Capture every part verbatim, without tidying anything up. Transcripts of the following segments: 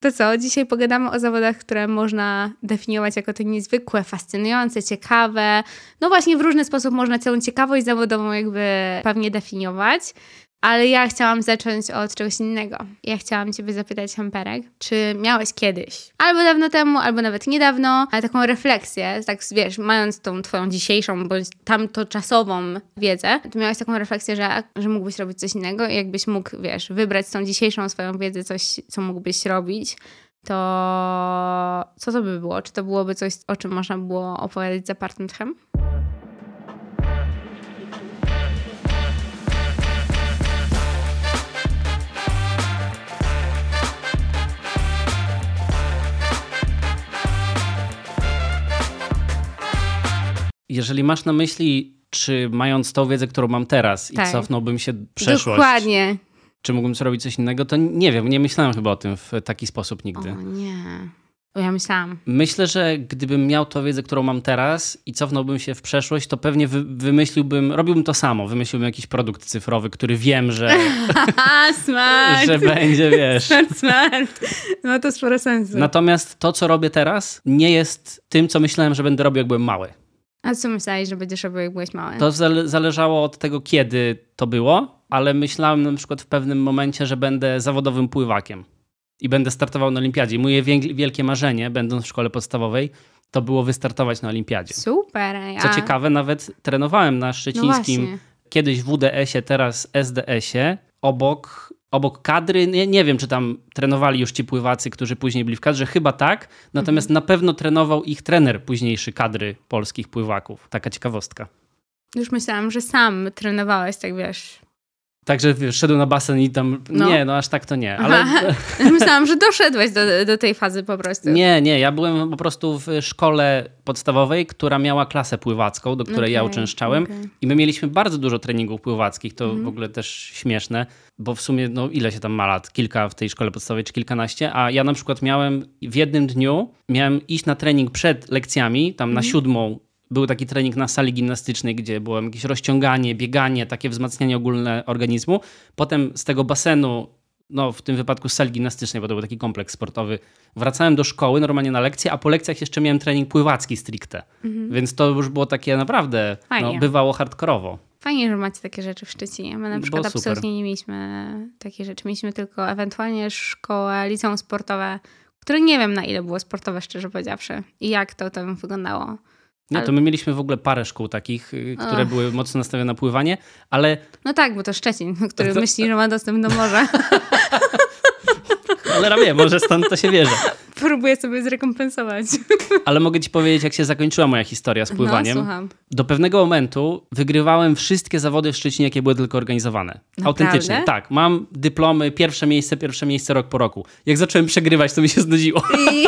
To co? Dzisiaj pogadamy o zawodach, które można definiować jako te niezwykłe, fascynujące, ciekawe. No właśnie w różny sposób można całą ciekawość zawodową jakby pewnie definiować. Ale ja chciałam zacząć od czegoś innego. Ja chciałam ciebie zapytać, Hemperek, czy miałeś kiedyś, albo dawno temu, albo nawet niedawno, taką refleksję, tak wiesz, mając tą twoją dzisiejszą, bądź tamtoczasową wiedzę, to miałeś taką refleksję, że, że mógłbyś robić coś innego i jakbyś mógł, wiesz, wybrać z tą dzisiejszą swoją wiedzę coś, co mógłbyś robić, to co to by było? Czy to byłoby coś, o czym można było opowiadać za partym tchem? Jeżeli masz na myśli, czy mając tą wiedzę, którą mam teraz i tak. cofnąłbym się w przeszłość, dokładnie. Czy mógłbym zrobić coś innego, to nie wiem, nie myślałem chyba o tym w taki sposób nigdy. O nie, bo ja myślałam. Myślę, że gdybym miał tą wiedzę, którą mam teraz i cofnąłbym się w przeszłość, to pewnie wy, wymyśliłbym, robiłbym to samo, wymyśliłbym jakiś produkt cyfrowy, który wiem, że, smart. że będzie, wiesz. Smart, smart. No to sporo sensu. Natomiast to, co robię teraz, nie jest tym, co myślałem, że będę robił, jak byłem mały. A co myślałeś, że będziesz robił, jak byłeś mały? To zale- zależało od tego, kiedy to było, ale myślałem na przykład w pewnym momencie, że będę zawodowym pływakiem i będę startował na olimpiadzie. Moje wie- wielkie marzenie, będąc w szkole podstawowej, to było wystartować na olimpiadzie. Super. Ja... Co ciekawe, nawet trenowałem na szczecińskim, no kiedyś w D S-ie, teraz S D S-ie, obok... Obok kadry, nie, nie wiem, czy tam trenowali już ci pływacy, którzy później byli w kadrze, chyba tak, natomiast mhm. na pewno trenował ich trener późniejszy kadry polskich pływaków. Taka ciekawostka. Już myślałam, że sam trenowałeś, tak wiesz. Także wiesz, szedł na basen i tam, no. nie, no aż tak to nie. Ale... Myślałam, że doszedłeś do, do tej fazy po prostu. Nie, nie, ja byłem po prostu w szkole podstawowej, która miała klasę pływacką, do której okay, ja uczęszczałem okay. i my mieliśmy bardzo dużo treningów pływackich, to mm. w ogóle też śmieszne, bo w sumie, no ile się tam ma lat? Kilka w tej szkole podstawowej, czy kilkanaście, a ja na przykład miałem w jednym dniu, miałem iść na trening przed lekcjami, tam mm. na siódmą, był taki trening na sali gimnastycznej, gdzie było jakieś rozciąganie, bieganie, takie wzmacnianie ogólne organizmu. Potem z tego basenu, no w tym wypadku z sali gimnastycznej, bo to był taki kompleks sportowy, wracałem do szkoły normalnie na lekcje, a po lekcjach jeszcze miałem trening pływacki stricte. Mhm. Więc to już było takie naprawdę, no, bywało hardkorowo. Fajnie, że macie takie rzeczy w Szczecinie. My na przykład absolutnie nie mieliśmy takich rzeczy. Mieliśmy tylko ewentualnie szkołę, liceum sportowe, które nie wiem na ile było sportowe, szczerze powiedziawszy. I jak to tam wyglądało. Nie, to my mieliśmy w ogóle parę szkół takich, które oh. były mocno nastawione na pływanie, ale... No tak, bo to Szczecin, który to... myśli, że ma dostęp do morza. Ale wie, może stąd to się bierze. Próbuję sobie zrekompensować. Ale mogę ci powiedzieć, jak się zakończyła moja historia z pływaniem. No, słucham. Do pewnego momentu wygrywałem wszystkie zawody w Szczecinie, jakie były tylko organizowane. Naprawdę? Autentycznie, tak. Mam dyplomy, pierwsze miejsce, pierwsze miejsce rok po roku. Jak zacząłem przegrywać, to mi się znudziło. I...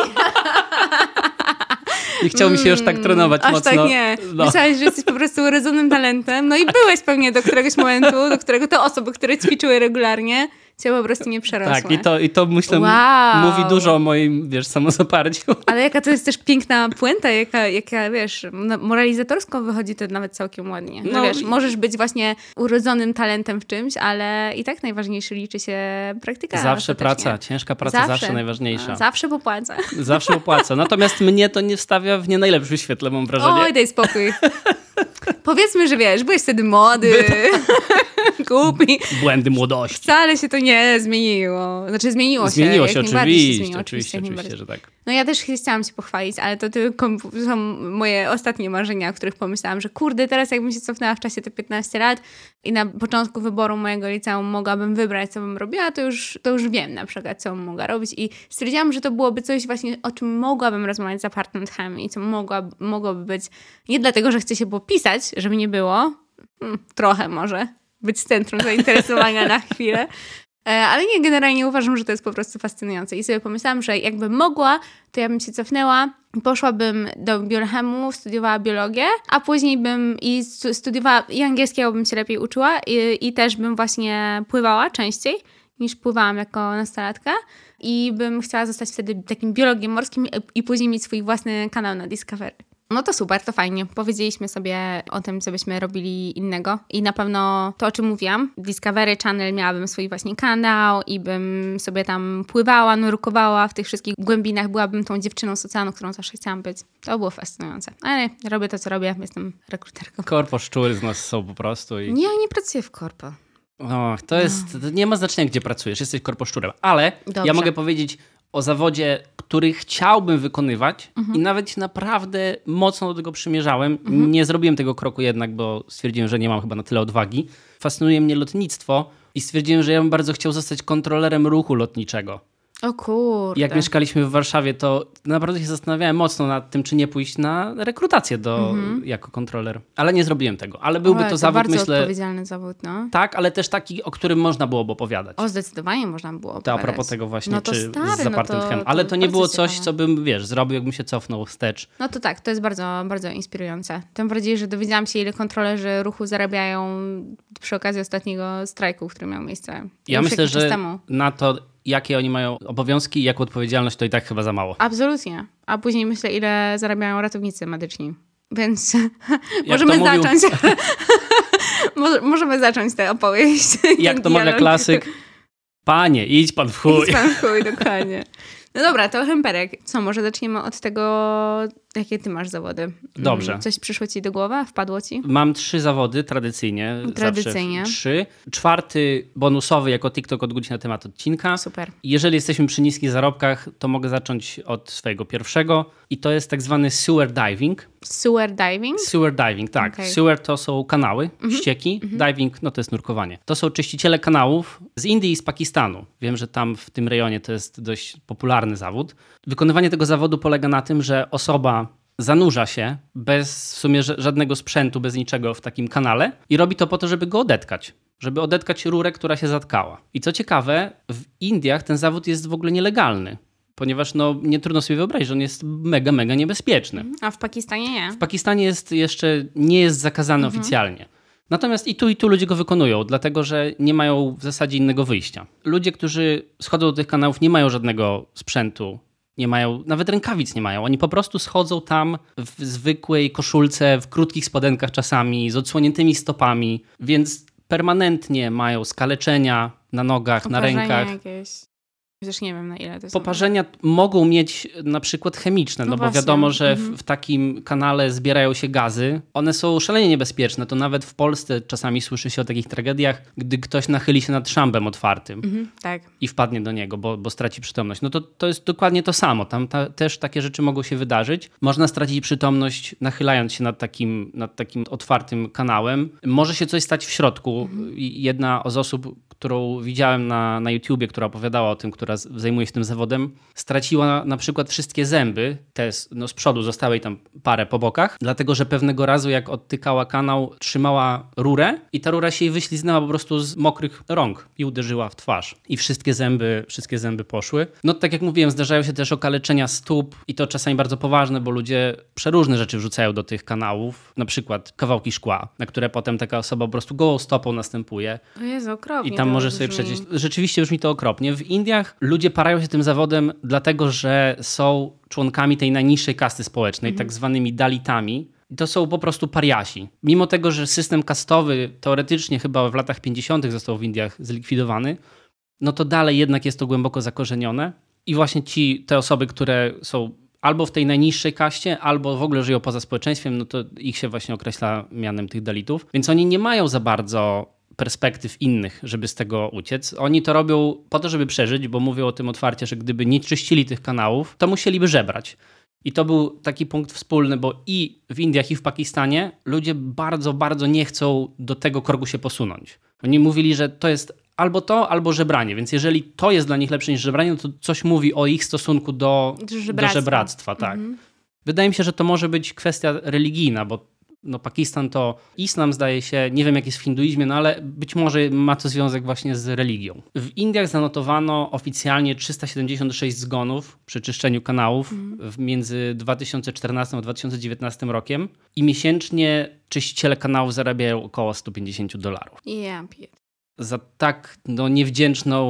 I chciał mi się już tak trenować aż mocno. Aż tak nie. No. Myślałeś, że jesteś po prostu urodzonym talentem. No i byłeś pewnie do któregoś momentu, do którego te osoby, które ćwiczyły regularnie, cię po prostu nie przerosły. Tak, i to, i to myślę wow. mówi dużo o moim, wiesz, samozaparciu. Ale jaka to jest też piękna puenta, jaka, jaka wiesz, moralizatorsko wychodzi to nawet całkiem ładnie. No, no wiesz, i... możesz być właśnie urodzonym talentem w czymś, ale i tak najważniejsze liczy się praktyka. Zawsze praca, ciężka praca zawsze, zawsze najważniejsza. A, zawsze popłaca. Zawsze popłaca. Natomiast mnie to nie wstawia w nie najlepszym świetle, mam wrażenie. Oj, daj spokój. Powiedzmy, że wiesz, byłeś wtedy młody, głupi. Błędy młodości. Wcale się to nie zmieniło. Znaczy zmieniło się. Zmieniło się, oczywiście, się zmieniło, oczywiście, oczywiście, oczywiście, że tak. No ja też chciałam się pochwalić, ale to tylko są moje ostatnie marzenia, o których pomyślałam, że kurde, teraz jakbym się cofnęła w czasie te piętnaście lat i na początku wyboru mojego liceum mogłabym wybrać, co bym robiła, to już, to już wiem na przykład, co bym mogła robić i stwierdziłam, że to byłoby coś właśnie, o czym mogłabym rozmawiać z apartment tchem i co mogła, mogłoby być, nie dlatego, że chcę się było pisać, żeby nie było, hmm, trochę może być centrum zainteresowania na chwilę, ale nie, generalnie uważam, że to jest po prostu fascynujące. I sobie pomyślałam, że jakbym mogła, to ja bym się cofnęła, poszłabym do biochemu, studiowała biologię, a później bym i studiowała, i angielskiego bym się lepiej uczyła i, i też bym właśnie pływała częściej niż pływałam jako nastolatka i bym chciała zostać wtedy takim biologiem morskim i później mieć swój własny kanał na Discovery. No to super, to fajnie. Powiedzieliśmy sobie o tym, co byśmy robili innego i na pewno to, o czym mówiłam, Discovery Channel miałabym swój właśnie kanał i bym sobie tam pływała, nurkowała w tych wszystkich głębinach, byłabym tą dziewczyną z oceanu, którą zawsze chciałam być. To było fascynujące. Ale robię to, co robię, jestem rekruterką. Korpo szczury z nas są po prostu. I... Nie, ja nie pracuję w korpo. Och, to jest, to nie ma znaczenia, gdzie pracujesz, jesteś korpo szczurem, ale Dobrze. Ja mogę powiedzieć o zawodzie, który chciałbym wykonywać mhm. i nawet się naprawdę mocno do tego przymierzałem. Mhm. Nie zrobiłem tego kroku jednak, bo stwierdziłem, że nie mam chyba na tyle odwagi. Fascynuje mnie lotnictwo i stwierdziłem, że ja bym bardzo chciał zostać kontrolerem ruchu lotniczego. O kurde. Jak mieszkaliśmy w Warszawie, to naprawdę się zastanawiałem mocno nad tym, czy nie pójść na rekrutację do, mhm. jako kontroler. Ale nie zrobiłem tego. Ale byłby o, to, to zawód, bardzo myślę... odpowiedzialny zawód, no. Tak, ale też taki, o którym można byłoby opowiadać. O, zdecydowanie można było opowiadać. To a propos tego właśnie, no to czy stary, z zapartym no to, tchem. Ale to, to nie było coś, ciekawe. co bym, wiesz, zrobił, jakbym się cofnął wstecz. No to tak, to jest bardzo, bardzo inspirujące. Tym bardziej, że dowiedziałam się, ile kontrolerzy ruchu zarabiają przy okazji ostatniego strajku, który miał miejsce. Ja myślę, że temu. na to, jakie oni mają obowiązki i jaką odpowiedzialność, to i tak chyba za mało. Absolutnie. A później myślę, ile zarabiają ratownicy medyczni. Więc jak możemy mówił... zacząć. Możemy zacząć tę opowieść. Jak to mawia klasyk, panie, idź pan w chuj. Idź pan w chuj, dokładnie. No dobra, to Hemperek. Co, może zaczniemy od tego, jakie ty masz zawody? Dobrze. Coś przyszło ci do głowy? Wpadło ci? Mam trzy zawody, tradycyjnie. Tradycyjnie. Zawsze trzy. Czwarty bonusowy jako TikTok odgłos na temat odcinka. Super. Jeżeli jesteśmy przy niskich zarobkach, to mogę zacząć od swojego pierwszego i to jest tak zwany sewer diving. Sewer diving? Sewer diving, tak. Okay. Sewer to są kanały, mhm. ścieki. Mhm. Diving, no to jest nurkowanie. To są czyściciele kanałów z Indii i z Pakistanu. Wiem, że tam w tym rejonie to jest dość popularny zawód. Wykonywanie tego zawodu polega na tym, że osoba zanurza się bez w sumie żadnego sprzętu, bez niczego w takim kanale i robi to po to, żeby go odetkać. Żeby odetkać rurę, która się zatkała. I co ciekawe, w Indiach ten zawód jest w ogóle nielegalny. Ponieważ no, nie trudno sobie wyobrazić, że on jest mega, mega niebezpieczny. A w Pakistanie nie? W Pakistanie jest jeszcze nie jest zakazany mhm. oficjalnie. Natomiast i tu, i tu ludzie go wykonują, dlatego że nie mają w zasadzie innego wyjścia. Ludzie, którzy schodzą do tych kanałów, nie mają żadnego sprzętu, nie mają, nawet rękawic nie mają. Oni po prostu schodzą tam w zwykłej koszulce, w krótkich spodenkach czasami, z odsłoniętymi stopami, więc permanentnie mają skaleczenia na nogach, Poparzenia na rękach. Jakieś. Przecież nie wiem, na ile to jest. Poparzenia mogą mieć na przykład chemiczne, no, no bo wiadomo, że w, w takim kanale zbierają się gazy. One są szalenie niebezpieczne. To nawet w Polsce czasami słyszy się o takich tragediach, gdy ktoś nachyli się nad szambem otwartym mhm, tak. i wpadnie do niego, bo, bo straci przytomność. No to, to jest dokładnie to samo. Tam ta, też takie rzeczy mogą się wydarzyć. Można stracić przytomność nachylając się nad takim, nad takim otwartym kanałem. Może się coś stać w środku. Mhm. Jedna z osób, którą widziałem na, na YouTubie, która opowiadała o tym, która zajmuje się tym zawodem, straciła na przykład wszystkie zęby, te no z przodu, zostały jej tam parę po bokach, dlatego że pewnego razu jak odtykała kanał, trzymała rurę i ta rura się jej wyśliznęła po prostu z mokrych rąk i uderzyła w twarz. I wszystkie zęby, wszystkie zęby poszły. No tak jak mówiłem, zdarzają się też okaleczenia stóp i to czasami bardzo poważne, bo ludzie przeróżne rzeczy wrzucają do tych kanałów, na przykład kawałki szkła, na które potem taka osoba po prostu gołą stopą następuje. O Jezu, okropnie. I tam może sobie przejść. Rzeczywiście brzmi to okropnie. W Indiach ludzie parają się tym zawodem dlatego, że są członkami tej najniższej kasty społecznej, mhm. tak zwanymi dalitami. I to są po prostu pariasi. Mimo tego, że system kastowy teoretycznie chyba w latach pięćdziesiątych został w Indiach zlikwidowany, no to dalej jednak jest to głęboko zakorzenione. I właśnie ci, te osoby, które są albo w tej najniższej kaście, albo w ogóle żyją poza społeczeństwem, no to ich się właśnie określa mianem tych dalitów. Więc oni nie mają za bardzo perspektyw innych, żeby z tego uciec. Oni to robią po to, żeby przeżyć, bo mówią o tym otwarcie, że gdyby nie czyścili tych kanałów, to musieliby żebrać. I to był taki punkt wspólny, bo i w Indiach, i w Pakistanie ludzie bardzo, bardzo nie chcą do tego kroku się posunąć. Oni mówili, że to jest albo to, albo żebranie, więc jeżeli to jest dla nich lepsze niż żebranie, to coś mówi o ich stosunku do, do żebractwa. Do żebractwa tak. Mhm. Wydaje mi się, że to może być kwestia religijna, bo no Pakistan to islam, zdaje się, nie wiem jak jest w hinduizmie, no ale być może ma to związek właśnie z religią. W Indiach zanotowano oficjalnie trzysta siedemdziesiąt sześć zgonów przy czyszczeniu kanałów mm. między dwa tysiące czternastym a dwa tysiące dziewiętnastym rokiem i miesięcznie czyściciele kanałów zarabiają około sto pięćdziesiąt dolarów. Yeah, za tak no, niewdzięczną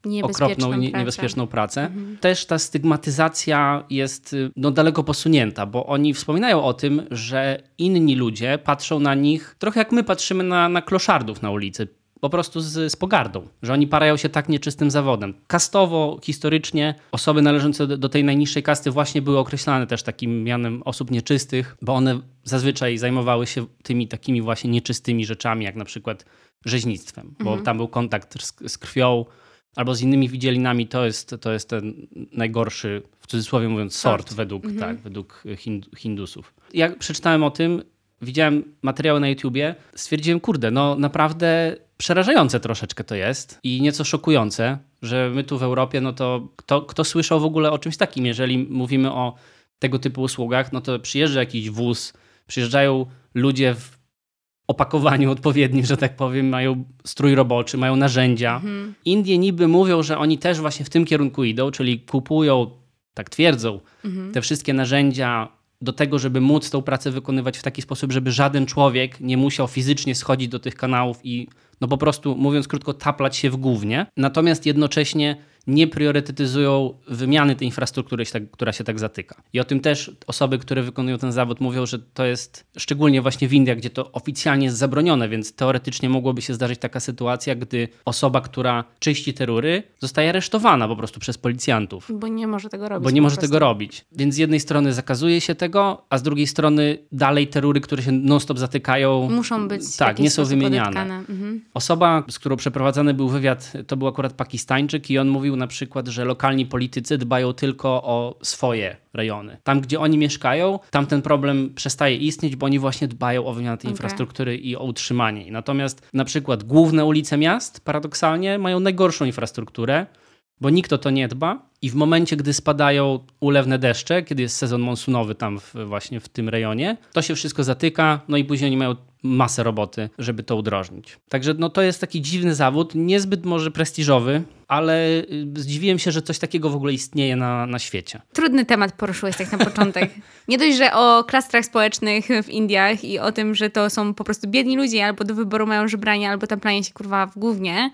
okropną, nie, niebezpieczną pracę. Mhm. Też ta stygmatyzacja jest no, daleko posunięta, bo oni wspominają o tym, że inni ludzie patrzą na nich trochę jak my patrzymy na, na kloszardów na ulicy. Po prostu z, z pogardą, że oni parają się tak nieczystym zawodem. Kastowo, historycznie osoby należące do, do tej najniższej kasty właśnie były określane też takim mianem osób nieczystych, bo one zazwyczaj zajmowały się tymi takimi właśnie nieczystymi rzeczami, jak na przykład rzeźnictwem, bo mhm. tam był kontakt z, z krwią albo z innymi widzielinami. To jest, to jest ten najgorszy, w cudzysłowie mówiąc, sort, sort. według, mhm. tak, według Hindusów. Jak przeczytałem o tym, widziałem materiały na YouTubie, stwierdziłem, kurde, no naprawdę przerażające troszeczkę to jest i nieco szokujące, że my tu w Europie, no to kto, kto słyszał w ogóle o czymś takim? Jeżeli mówimy o tego typu usługach, no to przyjeżdża jakiś wóz, przyjeżdżają ludzie w opakowaniu odpowiednim, że tak powiem, mają strój roboczy, mają narzędzia. Mhm. Indie niby mówią, że oni też właśnie w tym kierunku idą, czyli kupują, tak twierdzą, mhm. te wszystkie narzędzia do tego, żeby móc tą pracę wykonywać w taki sposób, żeby żaden człowiek nie musiał fizycznie schodzić do tych kanałów i no po prostu, mówiąc krótko, taplać się w gównie. Natomiast jednocześnie nie priorytetyzują wymiany tej infrastruktury, która się tak zatyka. I o tym też osoby, które wykonują ten zawód, mówią, że to jest szczególnie właśnie w Indiach, gdzie to oficjalnie jest zabronione, więc teoretycznie mogłoby się zdarzyć taka sytuacja, gdy osoba, która czyści te rury, zostaje aresztowana po prostu przez policjantów. Bo nie może tego robić. Bo nie może tego robić. Więc z jednej strony zakazuje się tego, a z drugiej strony dalej te rury, które się non-stop zatykają, muszą być tak, nie są wymieniane. Mhm. Osoba, z którą przeprowadzany był wywiad, to był akurat Pakistańczyk i on mówił na przykład, że lokalni politycy dbają tylko o swoje rejony. Tam, gdzie oni mieszkają, tam ten problem przestaje istnieć, bo oni właśnie dbają o wymianę tej okay. infrastruktury i o utrzymanie. Natomiast na przykład główne ulice miast paradoksalnie mają najgorszą infrastrukturę, bo nikt o to nie dba i w momencie, gdy spadają ulewne deszcze, kiedy jest sezon monsunowy tam w, właśnie w tym rejonie, to się wszystko zatyka, no i później oni mają masę roboty, żeby to udrożnić. Także no, to jest taki dziwny zawód, niezbyt może prestiżowy, ale zdziwiłem się, że coś takiego w ogóle istnieje na, na świecie. Trudny temat poruszyłeś tak na początek. Nie dość, że o klastrach społecznych w Indiach i o tym, że to są po prostu biedni ludzie, albo do wyboru mają żebranie, albo taplanie się kurwa w gównie,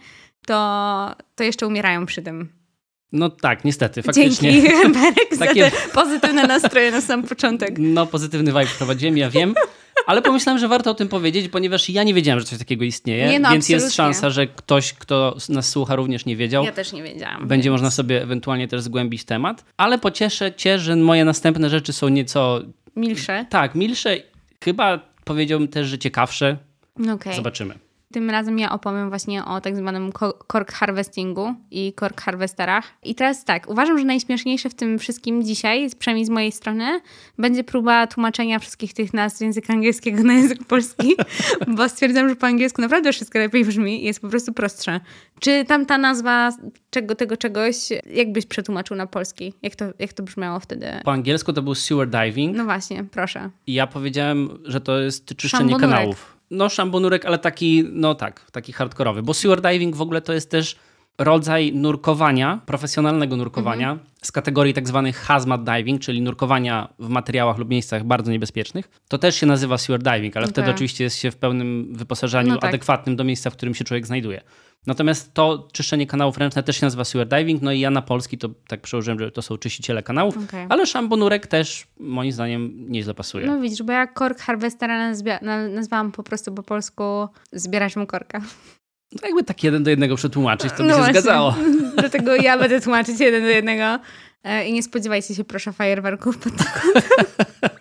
to, to jeszcze umierają przy tym. No tak, niestety, faktycznie. Dzięki, Berek, takie... za te pozytywne nastroje na sam początek. No, pozytywny vibe wprowadziłem, ja wiem. Ale pomyślałem, że warto o tym powiedzieć, ponieważ ja nie wiedziałem, że coś takiego istnieje, nie, no, więc absolutnie. Jest szansa, że ktoś, kto nas słucha, również nie wiedział. Ja też nie wiedziałam. Będzie więc... można sobie ewentualnie też zgłębić temat. Ale pocieszę cię, że moje następne rzeczy są nieco... Milsze? Tak, milsze. Chyba powiedziałbym też, że ciekawsze. Okay. Zobaczymy. Tym razem ja opowiem właśnie o tak zwanym cork harvestingu i cork harvesterach. I teraz tak, uważam, że najśmieszniejsze w tym wszystkim dzisiaj, przynajmniej z mojej strony, będzie próba tłumaczenia wszystkich tych nazw z języka angielskiego na język polski, bo stwierdzam, że po angielsku naprawdę wszystko lepiej brzmi i jest po prostu prostsze. Czy tam ta nazwa czego, tego czegoś, jakbyś przetłumaczył na polski? Jak to, jak to brzmiało wtedy? Po angielsku to był sewer diving. No właśnie, proszę. I ja powiedziałem, że to jest czyszczenie kanałów. No szambonurek, ale taki, no tak, taki hardkorowy. Bo sewer diving w ogóle to jest też rodzaj nurkowania, profesjonalnego nurkowania mhm. z kategorii tak zwanych hazmat diving, czyli nurkowania w materiałach lub miejscach bardzo niebezpiecznych. To też się nazywa sewer diving, ale okay. wtedy oczywiście jest się w pełnym wyposażeniu no tak. adekwatnym do miejsca, w którym się człowiek znajduje. Natomiast to czyszczenie kanałów ręczne też się nazywa sewer diving, no i ja na polski to tak przełożyłem, że to są czyściciele kanałów, okay. ale szambonurek też moim zdaniem nieźle pasuje. No widzisz, bo ja cork harvestera nazwałam po prostu po polsku zbieraczem korka. No jakby tak jeden do jednego przetłumaczyć, to by no się właśnie. Zgadzało. Dlatego ja będę tłumaczyć jeden do jednego i nie spodziewajcie się proszę fajerwerków pod tym kątem.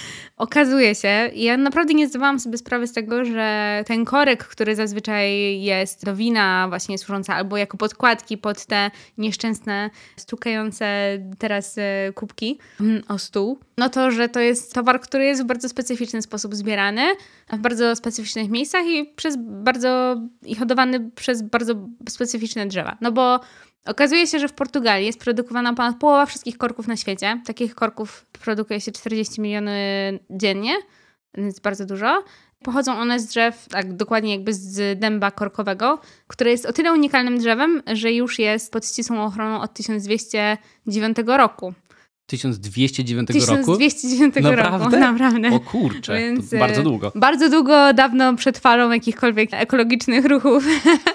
Okazuje się, ja naprawdę nie zdawałam sobie sprawy z tego, że ten korek, który zazwyczaj jest do wina właśnie służąca albo jako podkładki pod te nieszczęsne, stukające teraz kubki o stół, no to, że to jest towar, który jest w bardzo specyficzny sposób zbierany, w bardzo specyficznych miejscach i przez bardzo i hodowany przez bardzo specyficzne drzewa. No bo okazuje się, że w Portugalii jest produkowana ponad połowa wszystkich korków na świecie. Takich korków produkuje się czterdzieści milionów dziennie, więc bardzo dużo. Pochodzą one z drzew, tak dokładnie jakby z dęba korkowego, które jest o tyle unikalnym drzewem, że już jest pod ścisłą ochroną od tysiąc dwieście dziewiątego roku. tysiąc dwieście dziewiątego roku? tysiąc dwieście dziewiątego Naprawdę? roku, naprawdę. O kurczę, Więc, to bardzo długo. Bardzo długo, dawno przed falą jakichkolwiek ekologicznych ruchów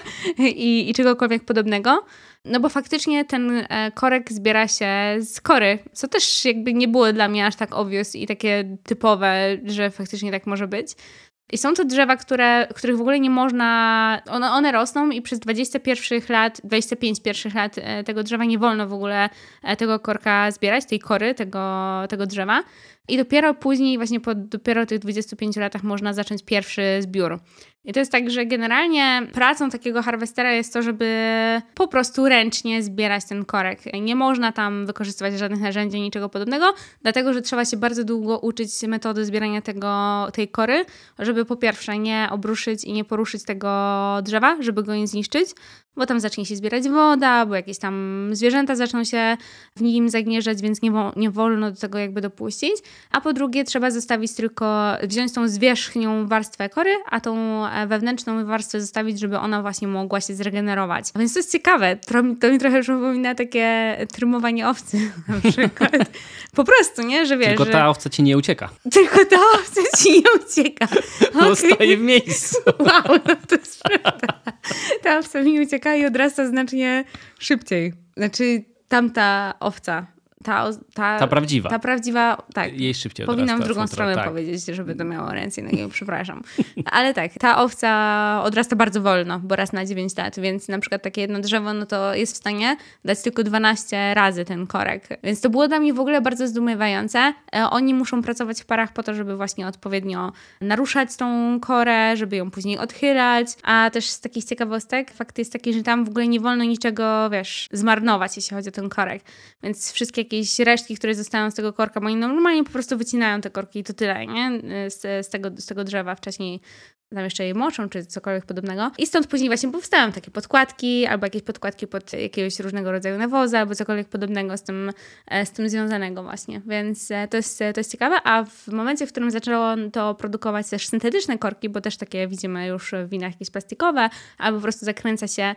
i, i czegokolwiek podobnego. No bo faktycznie ten korek zbiera się z kory, co też jakby nie było dla mnie aż tak obvious i takie typowe, że faktycznie tak może być. I są to drzewa, które, których w ogóle nie można, one, one rosną i przez dwadzieścia pierwszych lat, dwadzieścia pięć pierwszych lat tego drzewa nie wolno w ogóle tego korka zbierać, tej kory tego, tego drzewa. I dopiero później, właśnie po dopiero tych dwudziestu pięciu latach można zacząć pierwszy zbiór. I to jest tak, że generalnie pracą takiego harwestera jest to, żeby po prostu ręcznie zbierać ten korek. Nie można tam wykorzystywać żadnych narzędzi, niczego podobnego, dlatego, że trzeba się bardzo długo uczyć metody zbierania tego, tej kory, żeby po pierwsze nie obruszyć i nie poruszyć tego drzewa, żeby go nie zniszczyć, bo tam zacznie się zbierać woda, bo jakieś tam zwierzęta zaczną się w nim zagnieżdżać, więc nie, wo- nie wolno do tego jakby dopuścić. A po drugie trzeba zostawić tylko, wziąć tą zwierzchnią warstwę kory, a tą wewnętrzną warstwę zostawić, żeby ona właśnie mogła się zregenerować. Więc to jest ciekawe. To, to mi trochę przypomina takie trymowanie owcy na przykład. Po prostu, nie? Że wiesz, Tylko ta że... owca ci nie ucieka. Tylko ta owca ci nie ucieka. Okay. Zostaje w miejscu. Wow, no to jest prawda. Ta owca mi ucieka i odrasta znacznie szybciej. Znaczy tamta owca. Ta, ta, ta prawdziwa. Ta prawdziwa, tak. Jej szybciej Powinnam odrasta, w drugą stronę tak. powiedzieć, żeby to miało ręce i nogi, przepraszam. Ale tak, ta owca odrasta bardzo wolno, bo raz na dziewięć lat, więc na przykład takie jedno drzewo, no to jest w stanie dać tylko dwanaście razy ten korek. Więc to było dla mnie w ogóle bardzo zdumiewające. E, oni muszą pracować w parach po to, żeby właśnie odpowiednio naruszać tą korę, żeby ją później odchylać, a też z takich ciekawostek fakt jest taki, że tam w ogóle nie wolno niczego, wiesz, zmarnować, jeśli chodzi o ten korek. Więc wszystkie jakieś resztki, które zostają z tego korka, bo oni normalnie po prostu wycinają te korki i to tyle, nie? Z, z, tego, z tego drzewa wcześniej tam jeszcze je moczą, czy cokolwiek podobnego. I stąd później właśnie powstają takie podkładki, albo jakieś podkładki pod jakiegoś różnego rodzaju nawozy, albo cokolwiek podobnego z tym, z tym związanego właśnie. Więc to jest, to jest ciekawe, a w momencie, w którym zaczęło to produkować też syntetyczne korki, bo też takie widzimy już w winach jakieś plastikowe, albo po prostu zakręca się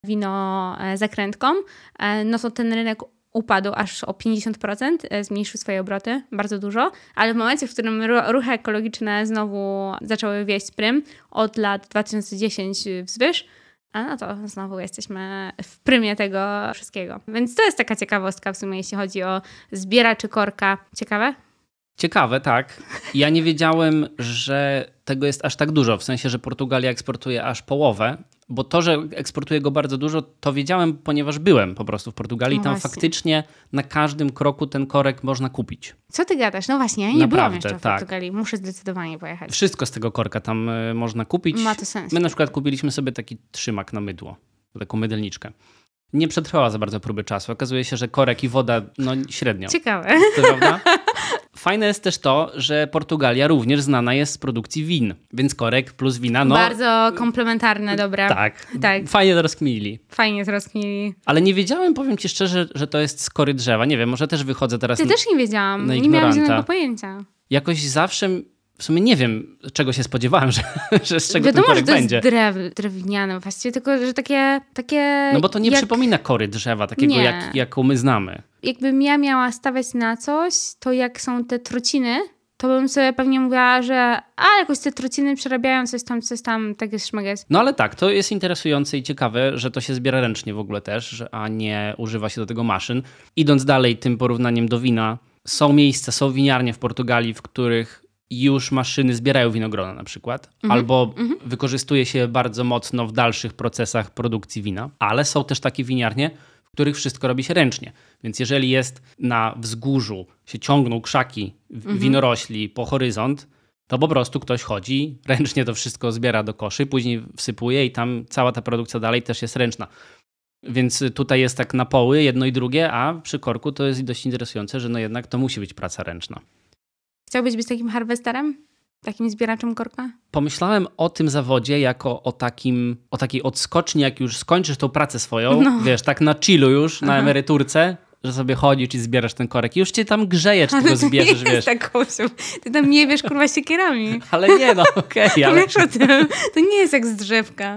wino zakrętką, no to ten rynek upadł aż o pięćdziesiąt procent, zmniejszył swoje obroty, bardzo dużo, ale w momencie, w którym ruchy ekologiczne znowu zaczęły wieść prym od lat dwa tysiące dziesiątego wzwyż, a no to znowu jesteśmy w prymie tego wszystkiego. Więc to jest taka ciekawostka w sumie, jeśli chodzi o zbieraczy korka. Ciekawe? Ciekawe, tak. Ja nie wiedziałem, że tego jest aż tak dużo, w sensie, że Portugalia eksportuje aż połowę, bo to, że eksportuje go bardzo dużo, to wiedziałem, ponieważ byłem po prostu w Portugalii. No tam właśnie. Faktycznie na każdym kroku ten korek można kupić. Co ty gadasz? No właśnie, ja nie Naprawdę, byłam jeszcze w tak. Portugalii. Muszę zdecydowanie pojechać. Wszystko z tego korka tam y, można kupić. Ma to sens. My na przykład kupiliśmy sobie taki trzymak na mydło, taką mydelniczkę. Nie przetrwała za bardzo próby czasu. Okazuje się, że korek i woda, no średnio. Ciekawe. To prawda? Fajne jest też to, że Portugalia również znana jest z produkcji win, więc korek plus wina, no... Bardzo komplementarne, dobra. Tak, tak. Fajnie to rozkminili. Fajnie to rozkminili. Ale nie wiedziałem, powiem ci szczerze, że to jest z kory drzewa. Nie wiem, może też wychodzę teraz Ty na, też nie wiedziałam. na Nie miałam ignoranta. żadnego pojęcia. Jakoś zawsze... W sumie nie wiem, czego się spodziewałem, że, że z czego Wiadomo, ten korek że to będzie. jest drew, drewniane właściwie, tylko że takie... takie no bo to nie jak... przypomina kory drzewa, takiego nie. jak, jaką my znamy. Jakbym ja miała stawiać na coś, to jak są te truciny, to bym sobie pewnie mówiła, że a jakoś te truciny przerabiają coś tam, coś tam, tak jest szmeges. No ale tak, to jest interesujące i ciekawe, że to się zbiera ręcznie w ogóle też, a nie używa się do tego maszyn. Idąc dalej tym porównaniem do wina, są miejsca, są winiarnie w Portugalii, w których już maszyny zbierają winogrona na przykład, mhm. albo mhm. wykorzystuje się bardzo mocno w dalszych procesach produkcji wina, ale są też takie winiarnie, w których wszystko robi się ręcznie. Więc jeżeli jest na wzgórzu, się ciągną krzaki mhm. winorośli po horyzont, to po prostu ktoś chodzi, ręcznie to wszystko zbiera do koszy, później wsypuje i tam cała ta produkcja dalej też jest ręczna. Więc tutaj jest tak na poły, jedno i drugie, a przy korku to jest dość interesujące, że no jednak to musi być praca ręczna. Chciałbyś być takim harwesterem? Takim zbieraczem korka? Pomyślałem o tym zawodzie jako o takim, o takiej odskoczni, jak już skończysz tą pracę swoją, no. wiesz, tak na chillu już, Aha. na emeryturce, że sobie chodzisz i zbierasz ten korek i już cię tam grzeje, czy ty go zbierzesz, nie wiesz. Tak, ty tam nie wiesz, kurwa, siekierami. Ale nie, no okej. Okay, ale... Wiesz o tym, to nie jest jak z drzewka.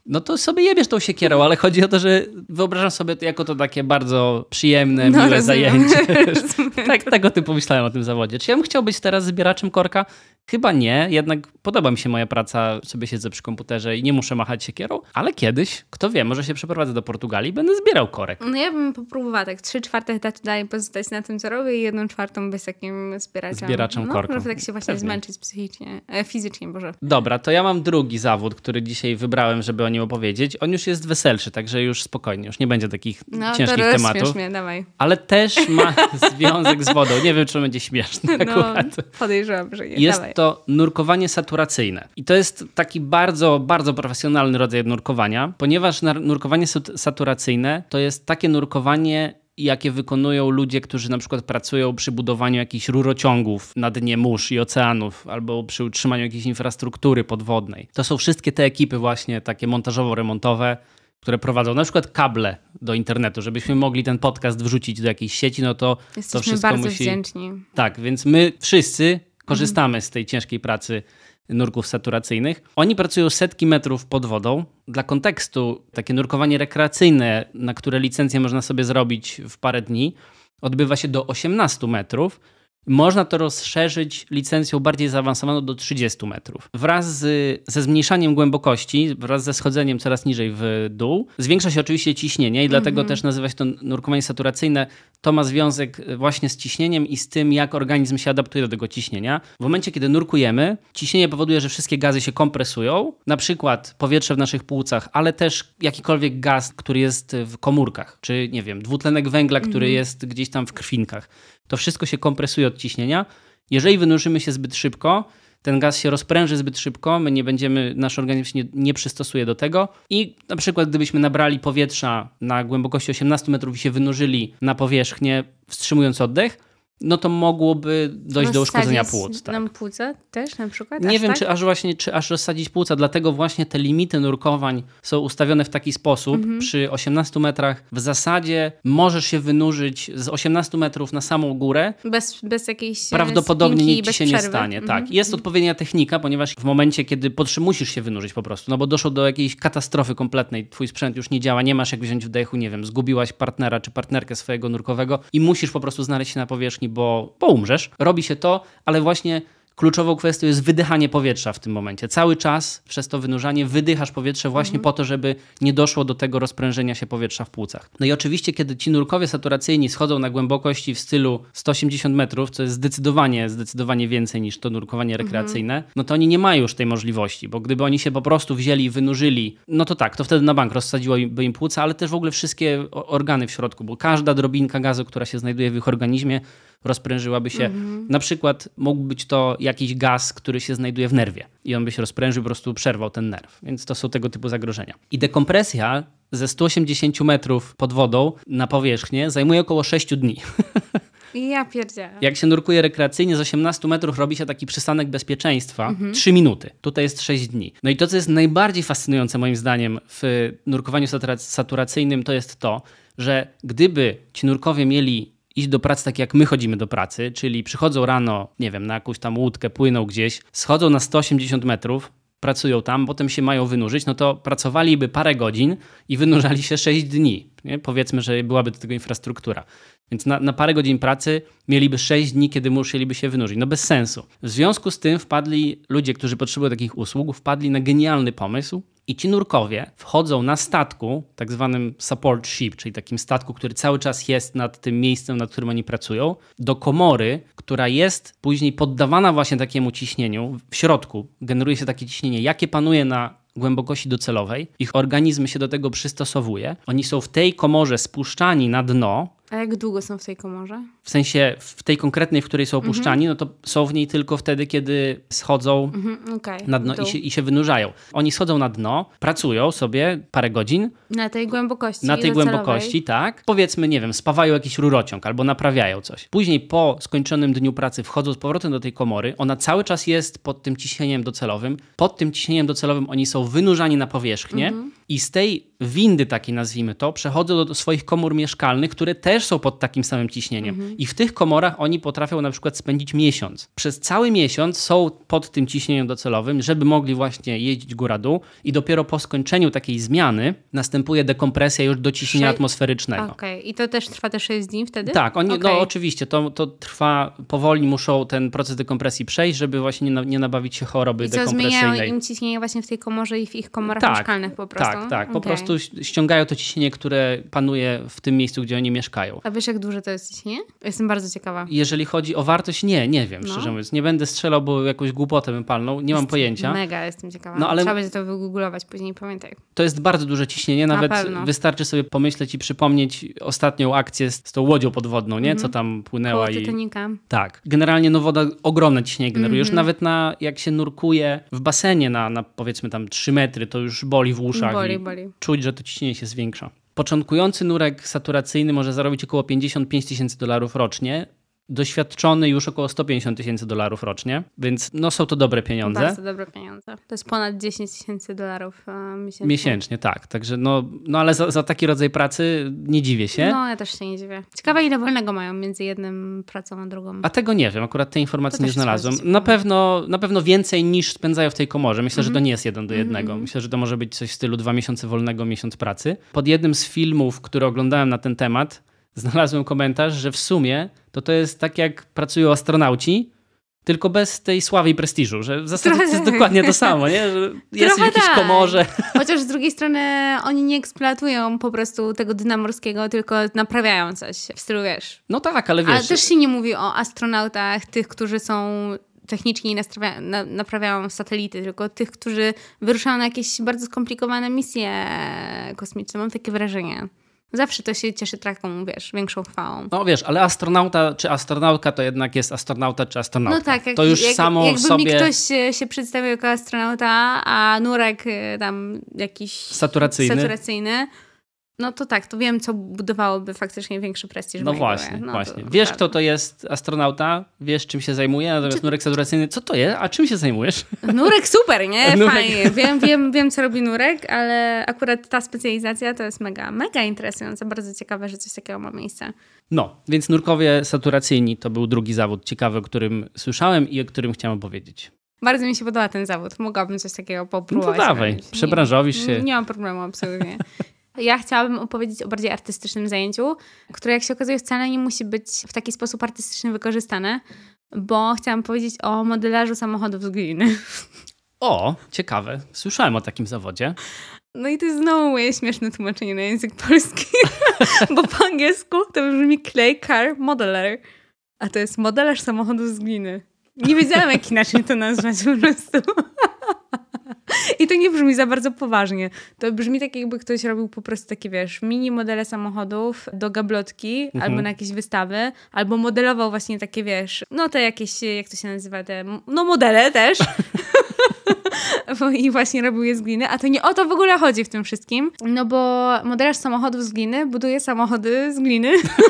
no to sobie jebiesz tą siekierą, ale chodzi o to, że wyobrażam sobie to jako to takie bardzo przyjemne, no, miłe rozumiem. zajęcie. Tak, tego typu myślałem o tym zawodzie. Czy ja bym chciał być teraz zbieraczem korka? Chyba nie, jednak podoba mi się moja praca, sobie siedzę przy komputerze i nie muszę machać siekierą, ale kiedyś, kto wie, może się przeprowadzę do Portugalii i będę zbierał korek. No ja bym popróbowała tak trzy czwarte etatu dalej pozostać na tym, co robię i jedną czwartą być takim zbieraczem. Zbieraczem no, korka. Żeby tak się właśnie Pewnie. zmęczyć psychicznie, e, fizycznie, Boże. Dobra, to ja mam drugi zawód, który dzisiaj wybrałem, żeby o nim opowiedzieć. On już jest weselszy, także już spokojnie, już nie będzie takich no, ciężkich to tematów. Mnie, dawaj. Ale też ma związek z wodą. Nie wiem, czy będzie śmieszny akurat. No, podejrzewam, że nie. Jest dawaj. to nurkowanie saturacyjne. I to jest taki bardzo, bardzo profesjonalny rodzaj nurkowania, ponieważ nurkowanie saturacyjne to jest takie nurkowanie, jakie wykonują ludzie, którzy na przykład pracują przy budowaniu jakichś rurociągów na dnie mórz i oceanów, albo przy utrzymaniu jakiejś infrastruktury podwodnej. To są wszystkie te ekipy właśnie takie montażowo-remontowe, które prowadzą na przykład kable do internetu, żebyśmy mogli ten podcast wrzucić do jakiejś sieci, no to Jesteśmy to wszystko bardzo musi... wdzięczni. Tak, więc my wszyscy korzystamy z tej ciężkiej pracy nurków saturacyjnych. Oni pracują setki metrów pod wodą. Dla kontekstu, takie nurkowanie rekreacyjne, na które licencję można sobie zrobić w parę dni, odbywa się do osiemnastu metrów. Można to rozszerzyć licencją bardziej zaawansowaną do trzydziestu metrów. Wraz z, ze zmniejszaniem głębokości, wraz ze schodzeniem coraz niżej w dół, zwiększa się oczywiście ciśnienie i dlatego mm-hmm. też nazywa się to nurkowanie saturacyjne. To ma związek właśnie z ciśnieniem i z tym, jak organizm się adaptuje do tego ciśnienia. W momencie, kiedy nurkujemy, ciśnienie powoduje, że wszystkie gazy się kompresują, na przykład powietrze w naszych płucach, ale też jakikolwiek gaz, który jest w komórkach, czy nie wiem, dwutlenek węgla, który mm-hmm. jest gdzieś tam w krwinkach. To wszystko się kompresuje od ciśnienia. Jeżeli wynurzymy się zbyt szybko, ten gaz się rozpręży zbyt szybko, my nie będziemy, nasz organizm się nie, nie przystosuje do tego i na przykład gdybyśmy nabrali powietrza na głębokości osiemnastu metrów i się wynurzyli na powierzchnię, wstrzymując oddech, no to mogłoby dojść do uszkodzenia płuc. Tak. Nam płuca też na przykład? Nie aż wiem, tak? czy aż właśnie, czy aż rozsadzić płuca, dlatego właśnie te limity nurkowań są ustawione w taki sposób. Mhm. Przy osiemnastu metrach w zasadzie możesz się wynurzyć z osiemnastu metrów na samą górę. Bez, bez jakiejś Prawdopodobnie nic ci się przerwy. nie stanie. Mhm. Tak. Jest odpowiednia technika, ponieważ w momencie, kiedy potrze- musisz się wynurzyć po prostu, no bo doszło do jakiejś katastrofy kompletnej, twój sprzęt już nie działa, nie masz jak wziąć wdechu, nie wiem, zgubiłaś partnera czy partnerkę swojego nurkowego i musisz po prostu znaleźć się na powierzchni, bo, bo umrzesz. Robi się to, ale właśnie kluczową kwestią jest wydychanie powietrza w tym momencie. Cały czas przez to wynurzanie wydychasz powietrze właśnie mhm. po to, żeby nie doszło do tego rozprężenia się powietrza w płucach. No i oczywiście, kiedy ci nurkowie saturacyjni schodzą na głębokości w stylu sto osiemdziesiąt metrów, co jest zdecydowanie, zdecydowanie więcej niż to nurkowanie rekreacyjne, mhm. no to oni nie mają już tej możliwości, bo gdyby oni się po prostu wzięli i wynurzyli, no to tak, to wtedy na bank rozsadziłoby im płuca, ale też w ogóle wszystkie organy w środku, bo każda drobinka gazu, która się znajduje w ich organizmie, rozprężyłaby się. Mhm. Na przykład mógł być to jakiś gaz, który się znajduje w nerwie i on by się rozprężył, po prostu przerwał ten nerw. Więc to są tego typu zagrożenia. I dekompresja ze stu osiemdziesięciu metrów pod wodą na powierzchnię zajmuje około sześciu dni. Ja pierdzielę. Jak się nurkuje rekreacyjnie z osiemnastu metrów robi się taki przystanek bezpieczeństwa. Mhm. trzy minuty. Tutaj jest sześć dni. No i to, co jest najbardziej fascynujące moim zdaniem w nurkowaniu satura- saturacyjnym, to jest to, że gdyby ci nurkowie mieli iść do pracy tak jak my chodzimy do pracy, czyli przychodzą rano, nie wiem, na jakąś tam łódkę, płyną gdzieś, schodzą na sto osiemdziesiąt metrów, pracują tam, potem się mają wynurzyć, no to pracowaliby parę godzin i wynurzali się sześć dni. Nie? Powiedzmy, że byłaby do tego infrastruktura. Więc na, na parę godzin pracy mieliby sześć dni, kiedy musieliby się wynurzyć. No bez sensu. W związku z tym wpadli ludzie, którzy potrzebują takich usług, wpadli na genialny pomysł i ci nurkowie wchodzą na statku, tak zwanym support ship, czyli takim statku, który cały czas jest nad tym miejscem, nad którym oni pracują, do komory, która jest później poddawana właśnie takiemu ciśnieniu. W środku generuje się takie ciśnienie, jakie panuje na głębokości docelowej. Ich organizm się do tego przystosowuje. Oni są w tej komorze spuszczani na dno. A jak długo są w tej komorze? W sensie w tej konkretnej, w której są opuszczani, mm-hmm. no to są w niej tylko wtedy, kiedy schodzą mm-hmm, okay. na dno i się, i się wynurzają. Oni schodzą na dno, pracują sobie parę godzin. Na tej głębokości Na tej docelowej. głębokości, tak. Powiedzmy, nie wiem, spawają jakiś rurociąg albo naprawiają coś. Później po skończonym dniu pracy wchodzą z powrotem do tej komory. Ona cały czas jest pod tym ciśnieniem docelowym. Pod tym ciśnieniem docelowym oni są wynurzani na powierzchnię mm-hmm. I z tej windy, takiej nazwijmy to, przechodzą do swoich komór mieszkalnych, które też są pod takim samym ciśnieniem. Mhm. I w tych komorach oni potrafią na przykład spędzić miesiąc. Przez cały miesiąc są pod tym ciśnieniem docelowym, żeby mogli właśnie jeździć góra-dół i dopiero po skończeniu takiej zmiany następuje dekompresja już do ciśnienia Sze- atmosferycznego. Okej, okay. I to też trwa te sześć dni wtedy? Tak, oni, okay. no oczywiście, to, to trwa, powoli muszą ten proces dekompresji przejść, żeby właśnie nie, na, nie nabawić się choroby I co, dekompresyjnej. I zmieniają im ciśnienie właśnie w tej komorze i w ich komorach tak, mieszkalnych po prostu? Tak, tak, po okay. prostu ściągają to ciśnienie, które panuje w tym miejscu, gdzie oni mieszkają. A wiesz, jak duże to jest ciśnienie? Jestem bardzo ciekawa. Jeżeli chodzi o wartość, nie, nie wiem, no. szczerze mówiąc. Nie będę strzelał, bo jakąś głupotę bym palnął, nie jest mam pojęcia. Mega jestem ciekawa. No, ale trzeba będzie to wygooglować później, pamiętaj. To jest bardzo duże ciśnienie, nawet Na wystarczy sobie pomyśleć i przypomnieć ostatnią akcję z, z tą łodzią podwodną, nie? Mm-hmm. Co tam płynęła. Koło Titanica. I... Tak. Generalnie no woda ogromne ciśnienie generuje. Mm-hmm. Już nawet na, jak się nurkuje w basenie na, na powiedzmy tam trzy metry, to już boli w uszach. Boli, i boli. Czuć, że to ciśnienie się zwiększa. Początkujący nurek saturacyjny może zarobić około pięćdziesiąt pięć tysięcy dolarów rocznie. Doświadczony już około sto pięćdziesiąt tysięcy dolarów rocznie, więc no są to dobre pieniądze. Bardzo dobre pieniądze. To jest ponad dziesięć tysięcy dolarów uh, miesięcznie. Miesięcznie, tak. Także no, no ale za, za taki rodzaj pracy nie dziwię się. No, ja też się nie dziwię. Ciekawe, ile wolnego mają między jedną pracą a drugą. A tego nie wiem, akurat tej informacji nie znalazłem. Na pewno, na pewno więcej niż spędzają w tej komorze. Myślę, mm-hmm. że to nie jest jeden do jednego. Mm-hmm. Myślę, że to może być coś w stylu dwa miesiące wolnego, miesiąc pracy. Pod jednym z filmów, które oglądałem na ten temat, znalazłem komentarz, że w sumie to to jest tak, jak pracują astronauci, tylko bez tej sławy i prestiżu, że w zasadzie to jest dokładnie to samo, nie? Że jest w jakiejś tak. komorze. Chociaż z drugiej strony oni nie eksploatują po prostu tego dna morskiego, tylko naprawiają coś w stylu, wiesz. No tak, ale wiesz. Ale też się nie mówi o astronautach, tych, którzy są technicznie naprawia- na, naprawiają satelity, tylko tych, którzy wyruszają na jakieś bardzo skomplikowane misje kosmiczne. Mam takie wrażenie. Zawsze to się cieszy taką, wiesz, większą chwałą. No wiesz, ale astronauta czy astronautka to jednak jest astronauta czy astronautka. No tak, jak, to już jak, samo jakby sobie... mi ktoś się, się przedstawił jako astronauta, a nurek tam jakiś saturacyjny. saturacyjny, no to tak, to wiem, co budowałoby faktycznie większy prestiż. No właśnie, no właśnie. Wiesz, kto to jest astronauta, wiesz, czym się zajmuje, natomiast Czy... nurek saturacyjny, co to jest? A czym się zajmujesz? Nurek super, nie? Nurek... Fajnie. Wiem, wiem, wiem, co robi nurek, ale akurat ta specjalizacja to jest mega, mega interesująca. Bardzo ciekawe, że coś takiego ma miejsce. No, więc nurkowie saturacyjni to był drugi zawód ciekawy, o którym słyszałem i o którym chciałem opowiedzieć. Bardzo mi się podoba ten zawód. Mogłabym coś takiego popróbować. No to dawaj, przebranżowisz się. Nie, nie mam problemu, absolutnie. Ja chciałabym opowiedzieć o bardziej artystycznym zajęciu, które jak się okazuje wcale nie musi być w taki sposób artystyczny wykorzystane, bo chciałam powiedzieć o modelażu samochodów z gliny. O, ciekawe. Słyszałem o takim zawodzie. No i to jest znowu moje śmieszne tłumaczenie na język polski, bo po angielsku to brzmi clay car modeler, a to jest modelarz samochodów z gliny. Nie wiedziałam, jak inaczej to nazwać po prostu. I to nie brzmi za bardzo poważnie. To brzmi tak, jakby ktoś robił po prostu takie, wiesz, mini modele samochodów do gablotki, mhm. albo na jakieś wystawy, albo modelował właśnie takie, wiesz, no te jakieś, jak to się nazywa, te, no modele też. I właśnie robił je z gliny, a to nie o to w ogóle chodzi w tym wszystkim, no bo modelarz samochodów z gliny buduje samochody z gliny.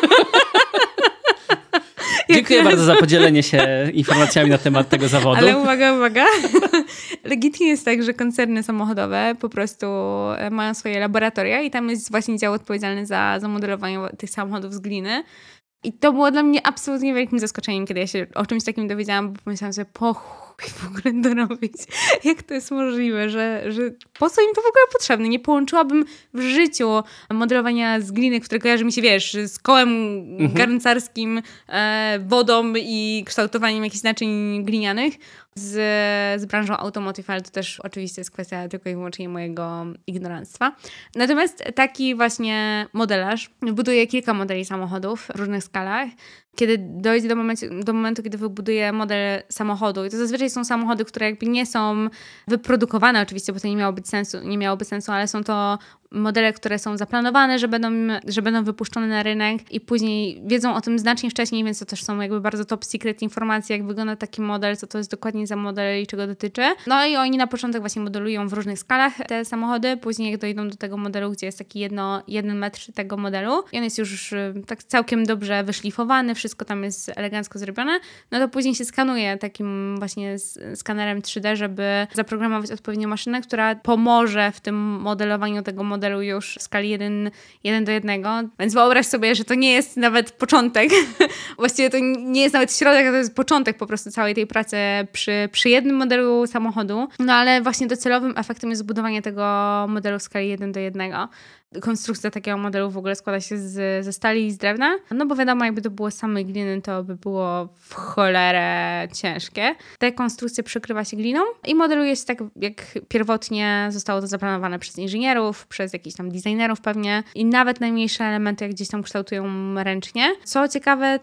Dziękuję bardzo za podzielenie się informacjami na temat tego zawodu. Ale uwaga, uwaga. Legitnie jest tak, że koncerny samochodowe po prostu mają swoje laboratoria i tam jest właśnie dział odpowiedzialny za, za modelowanie tych samochodów z gliny. I to było dla mnie absolutnie wielkim zaskoczeniem, kiedy ja się o czymś takim dowiedziałam, bo pomyślałam sobie, po chuj w ogóle to robić. Jak to jest możliwe, że, że po co im to w ogóle potrzebne? Nie połączyłabym w życiu modelowania z gliny, które kojarzy mi się, wiesz, z kołem mhm. garncarskim, e, wodą i kształtowaniem jakichś naczyń glinianych z, z branżą automotive, ale to też oczywiście jest kwestia tylko i wyłącznie mojego ignoranstwa. Natomiast taki właśnie modelarz buduje kilka modeli samochodów w różnych skalach. Kiedy dojdzie do momentu, do momentu, kiedy wybuduje model samochodu, i to zazwyczaj są samochody, które jakby nie są wyprodukowane oczywiście, bo to nie miałoby sensu, nie miałoby sensu, ale są to modele, które są zaplanowane, że będą, że będą wypuszczone na rynek i później wiedzą o tym znacznie wcześniej, więc to też są jakby bardzo top secret informacje, jak wygląda taki model, co to jest dokładnie za model i czego dotyczy. No i oni na początek właśnie modelują w różnych skalach te samochody, później jak dojdą do tego modelu, gdzie jest taki jedno, jeden metr tego modelu i on jest już tak całkiem dobrze wyszlifowany, wszystko tam jest elegancko zrobione, no to później się skanuje takim właśnie skanerem trzy D, żeby zaprogramować odpowiednią maszynę, która pomoże w tym modelowaniu tego modelu już w skali jeden do jednego. Więc wyobraź sobie, że to nie jest nawet początek. Właściwie to nie jest nawet środek, to jest początek po prostu całej tej pracy przy, przy jednym modelu samochodu. No ale właśnie docelowym efektem jest zbudowanie tego modelu w skali jeden do jednego. Konstrukcja takiego modelu w ogóle składa się z, ze stali i z drewna, no bo wiadomo, jakby to było samej gliny, to by było w cholerę ciężkie. Te konstrukcje przykrywa się gliną i modeluje się tak, jak pierwotnie zostało to zaplanowane przez inżynierów, przez jakichś tam designerów pewnie i nawet najmniejsze elementy jak gdzieś tam kształtują ręcznie. Co ciekawe,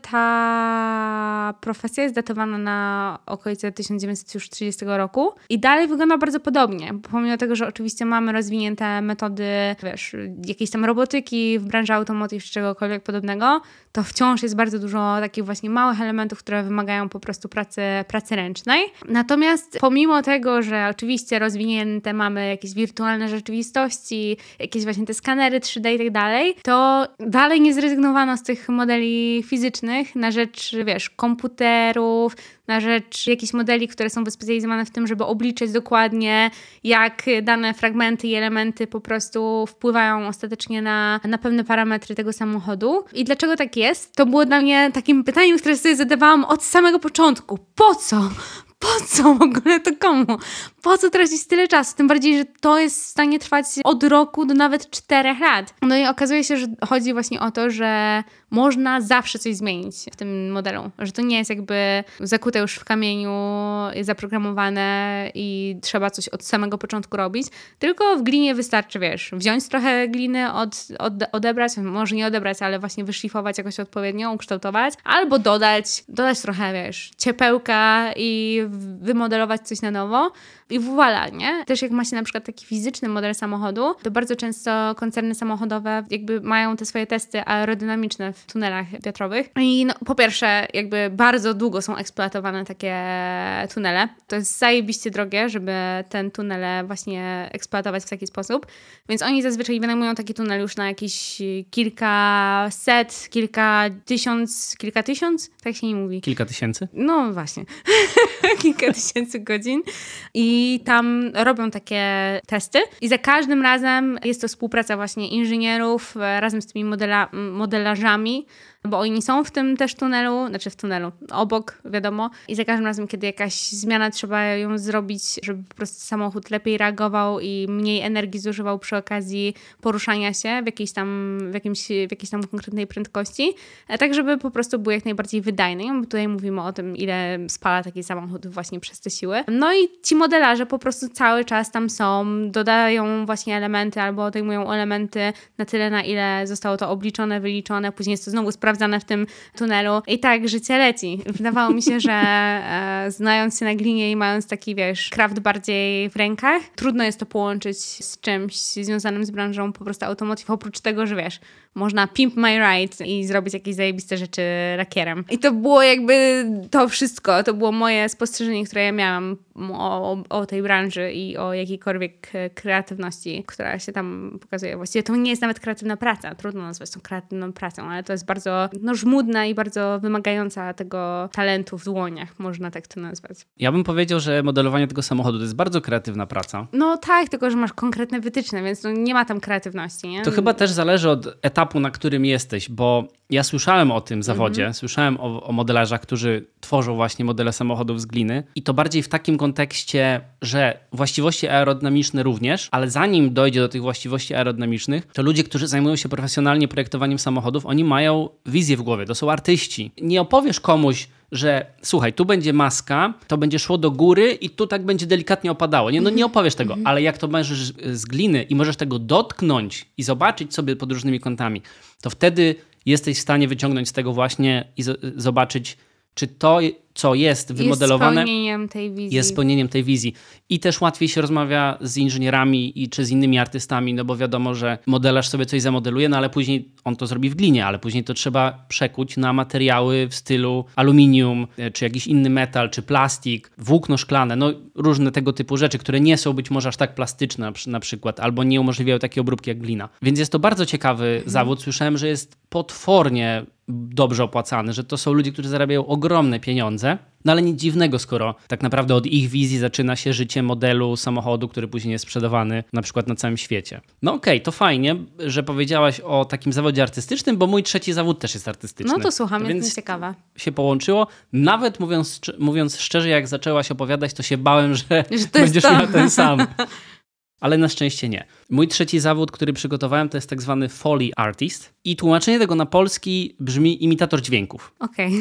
ta profesja jest datowana na okolice tysiąc dziewięćset trzydziestego roku i dalej wygląda bardzo podobnie, pomimo tego, że oczywiście mamy rozwinięte metody, wiesz, jakiejś tam robotyki w branży automotive czy czegokolwiek podobnego, to wciąż jest bardzo dużo takich właśnie małych elementów, które wymagają po prostu pracy, pracy ręcznej. Natomiast pomimo tego, że oczywiście rozwinięte mamy jakieś wirtualne rzeczywistości, jakieś właśnie te skanery trzy D i tak dalej, to dalej nie zrezygnowano z tych modeli fizycznych na rzecz, wiesz, komputerów, na rzecz jakichś modeli, które są wyspecjalizowane w tym, żeby obliczyć dokładnie, jak dane fragmenty i elementy po prostu wpływają ostatecznie na, na pewne parametry tego samochodu. I dlaczego tak jest? To było dla mnie takim pytaniem, które sobie zadawałam od samego początku. Po co? Po co w ogóle to komu? Po co tracić tyle czasu? Tym bardziej, że to jest w stanie trwać od roku do nawet czterech lat. No i okazuje się, że chodzi właśnie o to, że można zawsze coś zmienić w tym modelu. Że to nie jest jakby zakute już w kamieniu, zaprogramowane i trzeba coś od samego początku robić. Tylko w glinie wystarczy, wiesz, wziąć trochę gliny, od, od, odebrać, może nie odebrać, ale właśnie wyszlifować jakoś odpowiednio, ukształtować, albo dodać, dodać trochę, wiesz, ciepełka i wymodelować coś na nowo i voilà, nie? Też jak ma się na przykład taki fizyczny model samochodu, to bardzo często koncerny samochodowe jakby mają te swoje testy aerodynamiczne w tunelach wiatrowych i no, po pierwsze jakby bardzo długo są eksploatowane takie tunele. To jest zajebiście drogie, żeby ten tunele właśnie eksploatować w taki sposób, więc oni zazwyczaj wynajmują taki tunel już na jakieś kilkaset, kilka tysiąc, kilka tysiąc? Tak się nie mówi. Kilka tysięcy? No właśnie. Kilka tysięcy godzin i tam robią takie testy i za każdym razem jest to współpraca właśnie inżynierów razem z tymi modela, modelarzami, bo oni są w tym też tunelu, znaczy w tunelu, obok, wiadomo. I za każdym razem, kiedy jakaś zmiana trzeba ją zrobić, żeby po prostu samochód lepiej reagował i mniej energii zużywał przy okazji poruszania się w jakiejś tam, w jakimś, w jakiejś tam konkretnej prędkości, tak żeby po prostu był jak najbardziej wydajny. Bo tutaj mówimy o tym, ile spala taki samochód właśnie przez te siły. No i ci modelarze po prostu cały czas tam są, dodają właśnie elementy albo odejmują elementy na tyle, na ile zostało to obliczone, wyliczone, później jest to znowu sprawdzone w tym tunelu i tak życie leci. Wydawało mi się, że e, znając się na glinie i mając taki, wiesz, craft bardziej w rękach, trudno jest to połączyć z czymś związanym z branżą po prostu automotive, oprócz tego, że wiesz, można pimp my ride i zrobić jakieś zajebiste rzeczy lakierem. I to było jakby to wszystko, to było moje spostrzeżenie, które ja miałam o, o tej branży i o jakiejkolwiek kreatywności, która się tam pokazuje. Właściwie to nie jest nawet kreatywna praca, trudno nazwać tą kreatywną pracą, ale to jest bardzo no, żmudna i bardzo wymagająca tego talentu w dłoniach, można tak to nazwać. Ja bym powiedział, że modelowanie tego samochodu to jest bardzo kreatywna praca. No tak, tylko że masz konkretne wytyczne, więc no, nie ma tam kreatywności, nie? To chyba też zależy od etapu, na którym jesteś, bo ja słyszałem o tym zawodzie, mm-hmm. słyszałem o, o modelarzach, którzy tworzą właśnie modele samochodów z gliny i to bardziej w takim kontekście, że właściwości aerodynamiczne również, ale zanim dojdzie do tych właściwości aerodynamicznych, to ludzie, którzy zajmują się profesjonalnie projektowaniem samochodów, oni mają wizję w głowie, to są artyści. Nie opowiesz komuś, że słuchaj, tu będzie maska, to będzie szło do góry i tu tak będzie delikatnie opadało. Nie, no nie opowiesz tego, ale jak to możesz z gliny i możesz tego dotknąć i zobaczyć sobie pod różnymi kątami, to wtedy jesteś w stanie wyciągnąć z tego właśnie i z- zobaczyć, czy to co jest wymodelowane, jest spełnieniem tej wizji. Jest spełnieniem tej wizji. I też łatwiej się rozmawia z inżynierami i czy z innymi artystami, no bo wiadomo, że modelarz sobie coś zamodeluje, no ale później on to zrobi w glinie, ale później to trzeba przekuć na materiały w stylu aluminium, czy jakiś inny metal, czy plastik, włókno szklane, no różne tego typu rzeczy, które nie są być może aż tak plastyczne na przykład, albo nie umożliwiają takiej obróbki jak glina. Więc jest to bardzo ciekawy mhm. zawód. Słyszałem, że jest potwornie dobrze opłacany, że to są ludzie, którzy zarabiają ogromne pieniądze, no ale nic dziwnego, skoro tak naprawdę od ich wizji zaczyna się życie modelu samochodu, który później jest sprzedawany na przykład na całym świecie. No okej, okay, to fajnie, że powiedziałaś o takim zawodzie artystycznym, bo mój trzeci zawód też jest artystyczny. No to słucham, więc jest ciekawa. Się połączyło. Nawet mówiąc, mówiąc szczerze, jak zaczęłaś opowiadać, to się bałem, że, że to będziesz jest miała ten sam. Ale na szczęście nie. Mój trzeci zawód, który przygotowałem, to jest tak zwany Foley Artist i tłumaczenie tego na polski brzmi imitator dźwięków. Okej.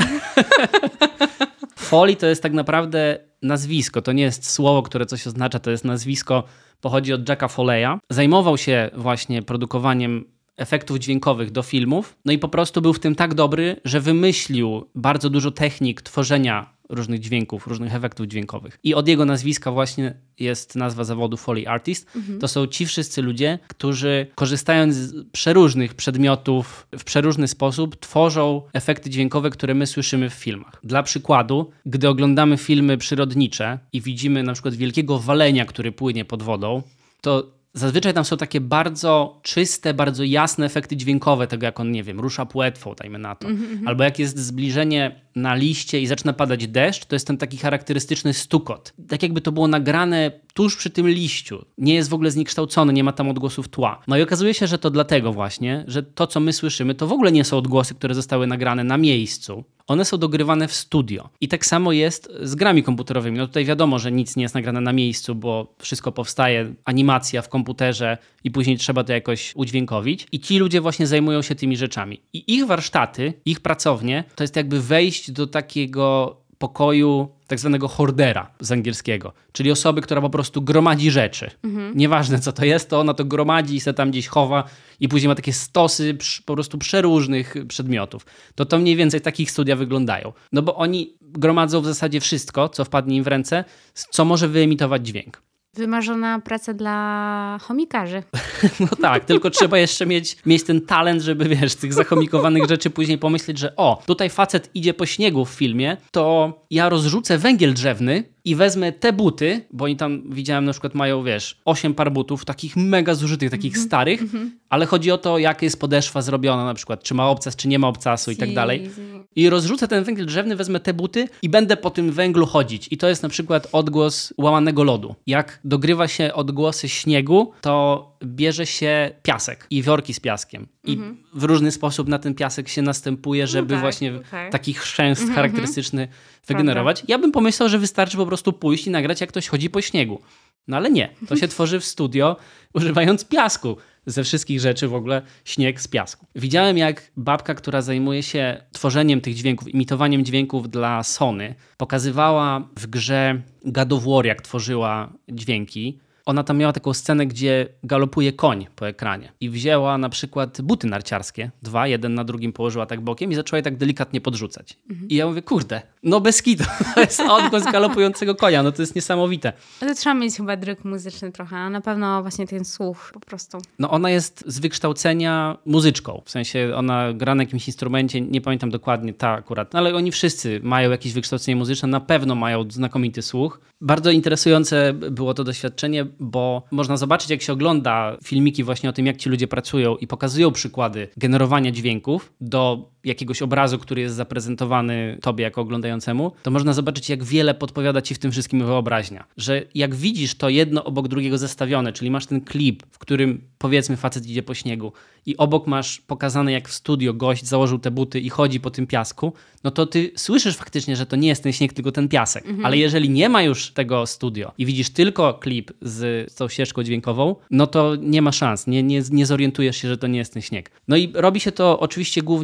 Okay. Foley to jest tak naprawdę nazwisko, to nie jest słowo, które coś oznacza, to jest nazwisko, pochodzi od Jacka Foley'a. Zajmował się właśnie produkowaniem efektów dźwiękowych do filmów, no i po prostu był w tym tak dobry, że wymyślił bardzo dużo technik tworzenia różnych dźwięków, różnych efektów dźwiękowych. I od jego nazwiska właśnie jest nazwa zawodu Foley Artist. Mhm. To są ci wszyscy ludzie, którzy korzystając z przeróżnych przedmiotów w przeróżny sposób tworzą efekty dźwiękowe, które my słyszymy w filmach. Dla przykładu, gdy oglądamy filmy przyrodnicze i widzimy na przykład wielkiego walenia, który płynie pod wodą, to zazwyczaj tam są takie bardzo czyste, bardzo jasne efekty dźwiękowe tego, jak on, nie wiem, rusza płetwą, dajmy na to. Mm-hmm. Albo jak jest zbliżenie na liście i zaczyna padać deszcz, to jest ten taki charakterystyczny stukot. Tak jakby to było nagrane tuż przy tym liściu. Nie jest w ogóle zniekształcone, nie ma tam odgłosów tła. No i okazuje się, że to dlatego właśnie, że to, co my słyszymy, to w ogóle nie są odgłosy, które zostały nagrane na miejscu. One są dogrywane w studio. I tak samo jest z grami komputerowymi. No tutaj wiadomo, że nic nie jest nagrane na miejscu, bo wszystko powstaje, animacja w komputerze i później trzeba to jakoś udźwiękowić. I ci ludzie właśnie zajmują się tymi rzeczami. I ich warsztaty, ich pracownie, to jest jakby wejść do takiego pokoju tak zwanego hoardera z angielskiego, czyli osoby, która po prostu gromadzi rzeczy. Mhm. Nieważne co to jest, to ona to gromadzi i se tam gdzieś chowa i później ma takie stosy po prostu przeróżnych przedmiotów. To to mniej więcej takich studia wyglądają. No bo oni gromadzą w zasadzie wszystko, co wpadnie im w ręce, co może wyemitować dźwięk. Wymarzona praca dla chomikarzy. No tak, tylko trzeba jeszcze mieć, mieć ten talent, żeby wiesz, z tych zachomikowanych rzeczy później pomyśleć, że o, tutaj facet idzie po śniegu w filmie, to ja rozrzucę węgiel drzewny i wezmę te buty, bo oni tam widziałem na przykład mają, wiesz, osiem par butów, takich mega zużytych, takich mm-hmm. starych, mm-hmm. ale chodzi o to, jak jest podeszwa zrobiona na przykład, czy ma obcas, czy nie ma obcasu i tak dalej. I rozrzucę ten węgiel drzewny, wezmę te buty i będę po tym węglu chodzić. I to jest na przykład odgłos łamanego lodu. Jak dogrywa się odgłosy śniegu, to bierze się piasek i worki z piaskiem. I mm-hmm. w różny sposób na ten piasek się następuje, żeby no tak, właśnie okay. taki chrzęst mm-hmm. charakterystyczny wygenerować. Prawda. Ja bym pomyślał, że wystarczy po prostu pójść i nagrać, jak ktoś chodzi po śniegu. No ale nie. To się tworzy w studio używając piasku. Ze wszystkich rzeczy w ogóle śnieg z piasku. Widziałem, jak babka, która zajmuje się tworzeniem tych dźwięków, imitowaniem dźwięków dla Sony, pokazywała w grze God of War, jak tworzyła dźwięki. Ona tam miała taką scenę, gdzie galopuje koń po ekranie i wzięła na przykład buty narciarskie, dwa, jeden na drugim położyła tak bokiem i zaczęła je tak delikatnie podrzucać. Mhm. I ja mówię, kurde, no bez kitu, to jest odgłos galopującego konia, no to jest niesamowite. Ale trzeba mieć chyba dryk muzyczny trochę, a na pewno właśnie ten słuch po prostu. No ona jest z wykształcenia muzyczką, w sensie ona gra na jakimś instrumencie, nie pamiętam dokładnie ta akurat, ale oni wszyscy mają jakieś wykształcenie muzyczne, na pewno mają znakomity słuch. Bardzo interesujące było to doświadczenie, bo można zobaczyć, jak się ogląda filmiki właśnie o tym, jak ci ludzie pracują i pokazują przykłady generowania dźwięków do jakiegoś obrazu, który jest zaprezentowany tobie jako oglądającemu, to można zobaczyć, jak wiele podpowiada ci w tym wszystkim wyobraźnia. Że jak widzisz to jedno obok drugiego zestawione, czyli masz ten klip, w którym powiedzmy facet idzie po śniegu i obok masz pokazane, jak w studio gość założył te buty i chodzi po tym piasku, no to ty słyszysz faktycznie, że to nie jest ten śnieg, tylko ten piasek. Mhm. Ale jeżeli nie ma już tego studio i widzisz tylko klip z tą ścieżką dźwiękową, no to nie ma szans, nie, nie, nie zorientujesz się, że to nie jest ten śnieg. No i robi się to oczywiście głównie po to, żeby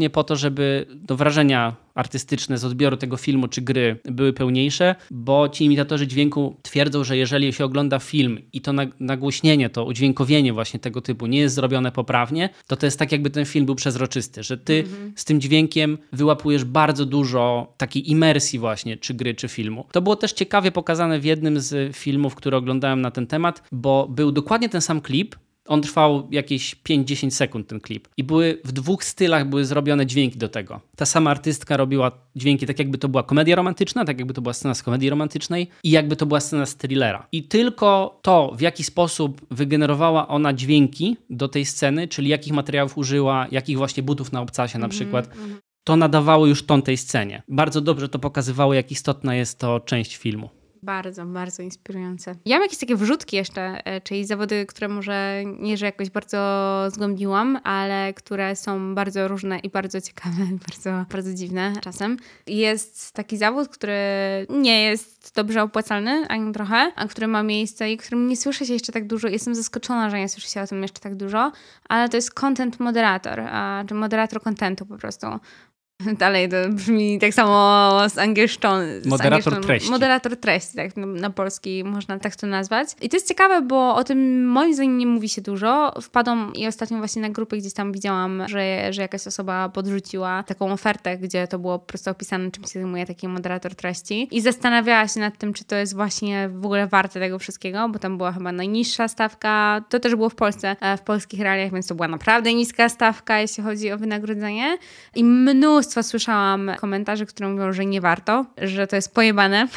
żeby do wrażenia artystyczne z odbioru tego filmu czy gry były pełniejsze, bo ci imitatorzy dźwięku twierdzą, że jeżeli się ogląda film i to nagłośnienie, to udźwiękowienie właśnie tego typu nie jest zrobione poprawnie, to to jest tak, jakby ten film był przezroczysty, że ty mhm. z tym dźwiękiem wyłapujesz bardzo dużo takiej imersji właśnie, czy gry, czy filmu. To było też ciekawie pokazane w jednym z filmów, które oglądałem na ten temat, bo był dokładnie ten sam klip. On trwał jakieś pięć do dziesięciu sekund, ten klip. I były w dwóch stylach były zrobione dźwięki do tego. Ta sama artystka robiła dźwięki tak, jakby to była komedia romantyczna, tak jakby to była scena z komedii romantycznej i jakby to była scena z thrillera. I tylko to, w jaki sposób wygenerowała ona dźwięki do tej sceny, czyli jakich materiałów użyła, jakich właśnie butów na obcasie na przykład, mm-hmm. to nadawało już ton tej scenie. Bardzo dobrze to pokazywało, jak istotna jest to część filmu. Bardzo, bardzo inspirujące. Ja mam jakieś takie wrzutki jeszcze, czyli zawody, które może nie, że jakoś bardzo zgłębiłam, ale które są bardzo różne i bardzo ciekawe, bardzo, bardzo dziwne czasem. Jest taki zawód, który nie jest dobrze opłacalny, ani trochę, a który ma miejsce i którym nie słyszy się jeszcze tak dużo. Jestem zaskoczona, że nie słyszy się o tym jeszcze tak dużo, ale to jest content moderator, czy moderator contentu po prostu. Dalej to brzmi tak samo z angielszczony. Moderator treści. Moderator treści, tak na, na polski można tak to nazwać. I to jest ciekawe, bo o tym moim zdaniem nie mówi się dużo. Wpadłam i ostatnio właśnie na grupy gdzieś tam widziałam, że, że jakaś osoba podrzuciła taką ofertę, gdzie to było po prostu opisane, czym się zajmuje taki moderator treści. I zastanawiała się nad tym, czy to jest właśnie w ogóle warte tego wszystkiego, bo tam była chyba najniższa stawka. To też było w Polsce, w polskich realiach, więc to była naprawdę niska stawka, jeśli chodzi o wynagrodzenie. I mnóstwo słyszałam komentarzy, które mówią, że nie warto, że to jest pojebane,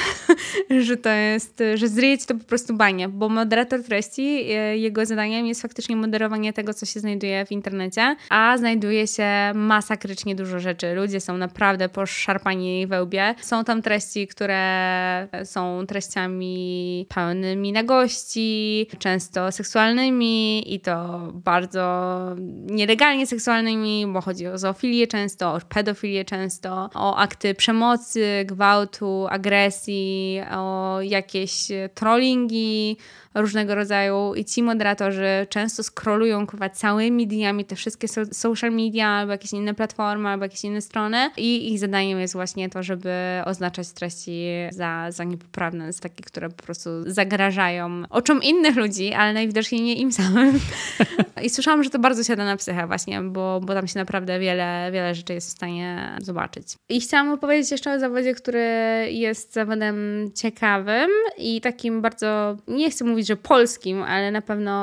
że to jest, że zryjecie to po prostu banie, bo moderator treści, jego zadaniem jest faktycznie moderowanie tego, co się znajduje w internecie, a znajduje się masakrycznie dużo rzeczy. Ludzie są naprawdę poszarpani we łbie. Są tam treści, które są treściami pełnymi nagości, często seksualnymi i to bardzo nielegalnie seksualnymi, bo chodzi o zoofilię często, o pedofilię często, o akty przemocy, gwałtu, agresji, o jakieś trollingi różnego rodzaju i ci moderatorzy często scrollują kurwa całymi dniami te wszystkie so- social media albo jakieś inne platformy, albo jakieś inne strony i ich zadaniem jest właśnie to, żeby oznaczać treści za, za niepoprawne, za takie, które po prostu zagrażają oczom innych ludzi, ale najwidoczniej nie im samym. I słyszałam, że to bardzo siada na psychę właśnie, bo, bo tam się naprawdę wiele, wiele rzeczy jest w stanie zobaczyć. I chciałam opowiedzieć jeszcze o zawodzie, który jest zawodem ciekawym i takim bardzo, nie chcę mówić, że polskim, ale na pewno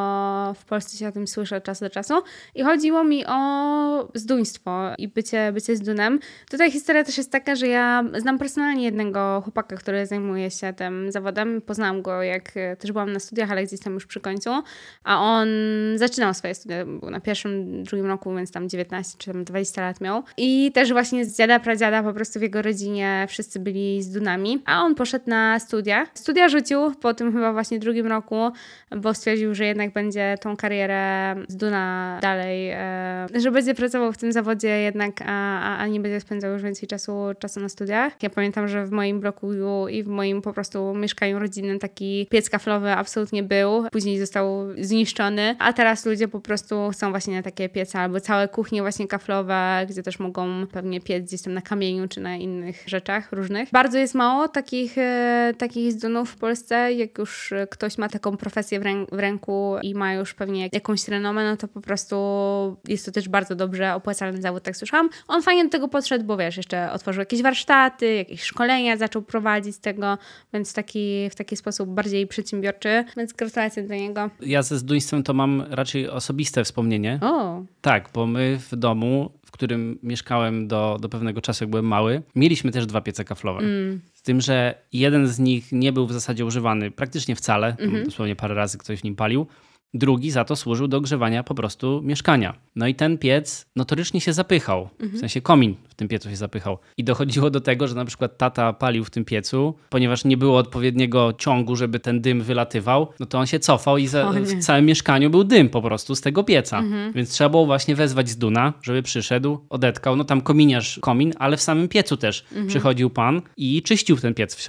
w Polsce się o tym słyszę od czasu do czasu. I chodziło mi o zduństwo i bycie, bycie zdunem. Tutaj historia też jest taka, że ja znam personalnie jednego chłopaka, który zajmuje się tym zawodem. Poznałam go, jak też byłam na studiach, ale gdzieś tam już przy końcu. A on zaczynał swoje studia, był na pierwszym, drugim roku, więc tam dziewiętnaście czy tam dwadzieścia lat miał. I też właśnie z dziada, pradziada po prostu w jego rodzinie wszyscy byli zdunami. A on poszedł na studia. Studia rzucił po tym chyba właśnie drugim roku, bo stwierdził, że jednak będzie tą karierę z Duna dalej, e, że będzie pracował w tym zawodzie jednak, a, a nie będzie spędzał już więcej czasu, czasu na studiach. Ja pamiętam, że w moim bloku i w moim po prostu mieszkaniu rodzinnym taki piec kaflowy absolutnie był. Później został zniszczony, a teraz ludzie po prostu chcą właśnie na takie piece albo całe kuchnie właśnie kaflowe, gdzie też mogą pewnie piec gdzieś tam na kamieniu czy na innych rzeczach różnych. Bardzo jest mało takich, e, takich zdunów w Polsce. Jak już ktoś ma taką profesję w, rę- w ręku i ma już pewnie jakąś renomę, no to po prostu jest to też bardzo dobrze opłacalny zawód, tak słyszałam. On fajnie do tego podszedł, bo wiesz, jeszcze otworzył jakieś warsztaty, jakieś szkolenia zaczął prowadzić z tego, więc taki, w taki sposób bardziej przedsiębiorczy, więc gratulacje do niego. Ja ze zduństwem to mam raczej osobiste wspomnienie. O. Tak, bo my w domu, w którym mieszkałem do, do pewnego czasu, jak byłem mały, mieliśmy też dwa piece kaflowe. Mm. Z tym, że jeden z nich nie był w zasadzie używany praktycznie wcale, mm-hmm. dosłownie parę razy ktoś w nim palił. Drugi za to służył do ogrzewania po prostu mieszkania. No i ten piec notorycznie się zapychał. Mhm. W sensie komin w tym piecu się zapychał. I dochodziło do tego, że na przykład tata palił w tym piecu, ponieważ nie było odpowiedniego ciągu, żeby ten dym wylatywał, no to on się cofał i za, w całym mieszkaniu był dym po prostu z tego pieca. Mhm. Więc trzeba było właśnie wezwać z Duna, żeby przyszedł, odetkał. No tam kominiarz komin, ale w samym piecu też mhm. przychodził pan i czyścił ten piec w środku.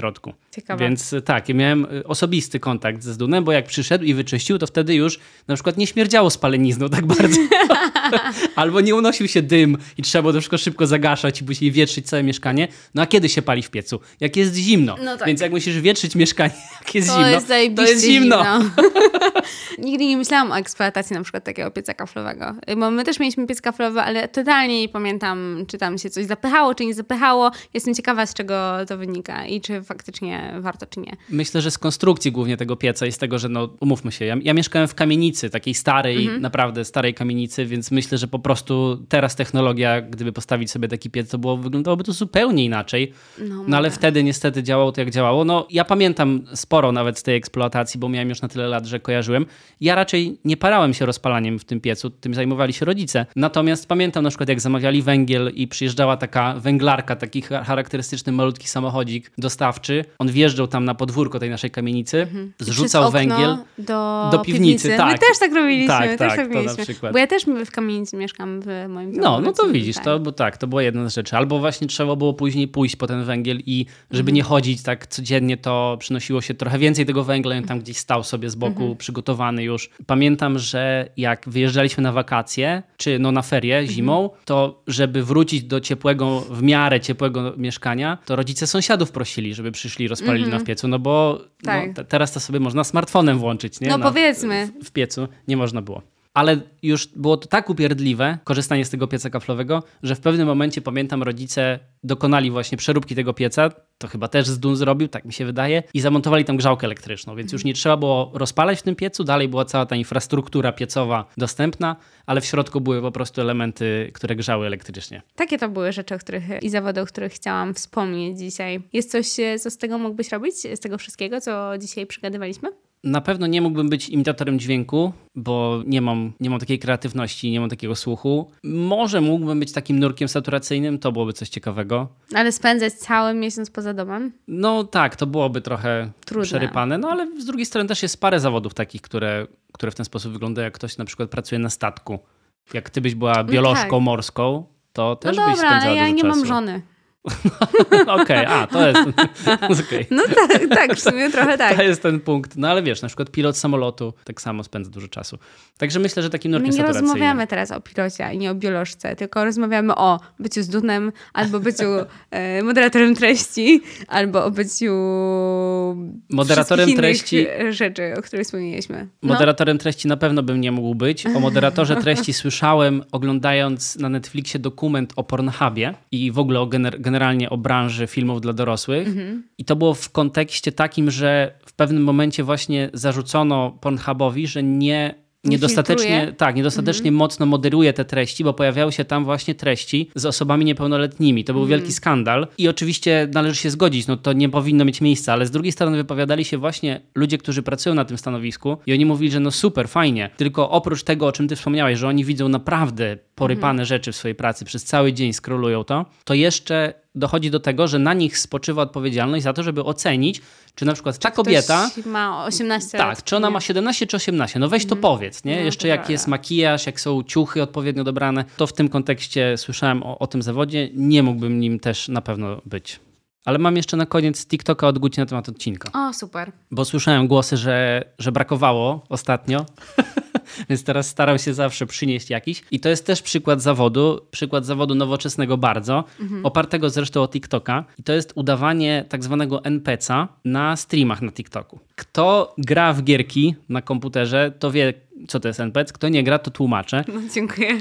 Ciekawe. Więc tak, ja miałem osobisty kontakt ze Zdunem, bo jak przyszedł i wyczyścił, to wtedy już na przykład nie śmierdziało spalenizną tak bardzo. Albo nie unosił się dym i trzeba było to wszystko szybko zagaszać i później wietrzyć całe mieszkanie. No a kiedy się pali w piecu? Jak jest zimno. No tak. Więc jak musisz wietrzyć mieszkanie, jak jest to zimno, jest to jest zimno. zimno. Nigdy nie myślałam o eksploatacji na przykład takiego pieca kaflowego. Bo my też mieliśmy piec kaflowy, ale totalnie nie pamiętam, czy tam się coś zapychało, czy nie zapychało. Jestem ciekawa, z czego to wynika i czy faktycznie warto, czy nie. Myślę, że z konstrukcji głównie tego pieca i z tego, że no umówmy się, ja, ja mieszkałem w kamienicy, takiej starej, mhm. naprawdę starej kamienicy, więc myślę, że po prostu teraz technologia, gdyby postawić sobie taki piec, to było, wyglądałoby to zupełnie inaczej. No, no ale wtedy niestety działało to jak działało. No ja pamiętam sporo nawet z tej eksploatacji, bo miałem już na tyle lat, że kojarzyłem. Ja raczej nie parałem się rozpalaniem w tym piecu, tym zajmowali się rodzice. Natomiast pamiętam na przykład, jak zamawiali węgiel i przyjeżdżała taka węglarka, taki charakterystyczny malutki samochodzik dostawczy. On wjeżdżał tam na podwórko tej naszej kamienicy, mhm. zrzucał węgiel do, do piwnicy. piwnicy. Tak. My też tak robiliśmy. Tak, też tak, tak to robiliśmy. na przykład. Bo ja też w kamienicy mieszkam w moim domu. No, no to widzisz, tak. to, bo tak, to była jedna z rzeczy. Albo właśnie trzeba było później pójść po ten węgiel i żeby mhm. nie chodzić tak codziennie, to przynosiło się trochę więcej tego węgla i on tam gdzieś stał sobie z boku, mhm. przygotowany już. Pamiętam, że jak wyjeżdżaliśmy na wakacje, czy no na ferie zimą, mhm. to żeby wrócić do ciepłego, w miarę ciepłego mieszkania, to rodzice sąsiadów prosili, żeby przyszli, rozpalili mhm. na w piecu, no bo tak. no, t- teraz to sobie można smartfonem włączyć, nie? No na, powiedzmy. W, w piecu nie można było. Ale już było to tak upierdliwe, korzystanie z tego pieca kaflowego, że w pewnym momencie, pamiętam, rodzice dokonali właśnie przeróbki tego pieca, to chyba też Zdun zrobił, tak mi się wydaje, i zamontowali tam grzałkę elektryczną, więc już nie trzeba było rozpalać w tym piecu, dalej była cała ta infrastruktura piecowa dostępna, ale w środku były po prostu elementy, które grzały elektrycznie. Takie to były rzeczy, o których i zawody, o których chciałam wspomnieć dzisiaj. Jest coś, co z tego mógłbyś robić, z tego wszystkiego, co dzisiaj przygadywaliśmy? Na pewno nie mógłbym być imitatorem dźwięku, bo nie mam, nie mam takiej kreatywności, nie mam takiego słuchu. Może mógłbym być takim nurkiem saturacyjnym, to byłoby coś ciekawego. Ale spędzać cały miesiąc poza domem? No tak, to byłoby trochę trudne. Przerypane, no ale z drugiej strony też jest parę zawodów takich, które, które w ten sposób wyglądają, jak ktoś na przykład pracuje na statku. Jak ty byś była biolożką no tak. morską, to też no byś dobra, spędzała ale ja dużo nie czasu. mam żony. Okej, okay, a to jest... okay. No tak, tak, w sumie trochę tak. To jest ten punkt. No ale wiesz, na przykład pilot samolotu tak samo spędza dużo czasu. Także myślę, że takim nurkiem saturacyjnym. My nie rozmawiamy teraz o pilocie i nie o biolożce, tylko rozmawiamy o byciu z Dunem, albo byciu e, moderatorem treści, albo o byciu moderatorem treści rzeczy, o których wspomnieliśmy. No. Moderatorem treści na pewno bym nie mógł być. O moderatorze treści słyszałem, oglądając na Netflixie dokument o Pornhubie i w ogóle o gener- generalnie o branży filmów dla dorosłych. Mhm. I to było w kontekście takim, że w pewnym momencie właśnie zarzucono Pornhubowi, że nie Niedostatecznie, tak, niedostatecznie mhm. mocno moderuje te treści, bo pojawiały się tam właśnie treści z osobami niepełnoletnimi. To był mhm. wielki skandal i oczywiście należy się zgodzić, no to nie powinno mieć miejsca, ale z drugiej strony wypowiadali się właśnie ludzie, którzy pracują na tym stanowisku i oni mówili, że no super, fajnie, tylko oprócz tego, o czym ty wspomniałeś, że oni widzą naprawdę porypane mhm. rzeczy w swojej pracy, przez cały dzień scrollują to, to jeszcze dochodzi do tego, że na nich spoczywa odpowiedzialność za to, żeby ocenić, czy na przykład ta kobieta ma osiemnaście tak, lat. czy ona nie? ma siedemnaście czy osiemnaście. No weź to mm. powiedz, nie? No, Jeszcze jak jest makijaż, jak są ciuchy odpowiednio dobrane, to w tym kontekście słyszałem o, o tym zawodzie. Nie mógłbym nim też na pewno być. Ale mam jeszcze na koniec TikToka od Guci na temat odcinka. O, super. Bo słyszałem głosy, że, że brakowało ostatnio. Więc teraz staram się zawsze przynieść jakiś. I to jest też przykład zawodu, przykład zawodu nowoczesnego bardzo, mhm. opartego zresztą o TikToka. I to jest udawanie tak zwanego en pe ce a na streamach na TikToku. Kto gra w gierki na komputerze, to wie, co to jest en pe ce. Kto nie gra, to tłumaczę. No, dziękuję.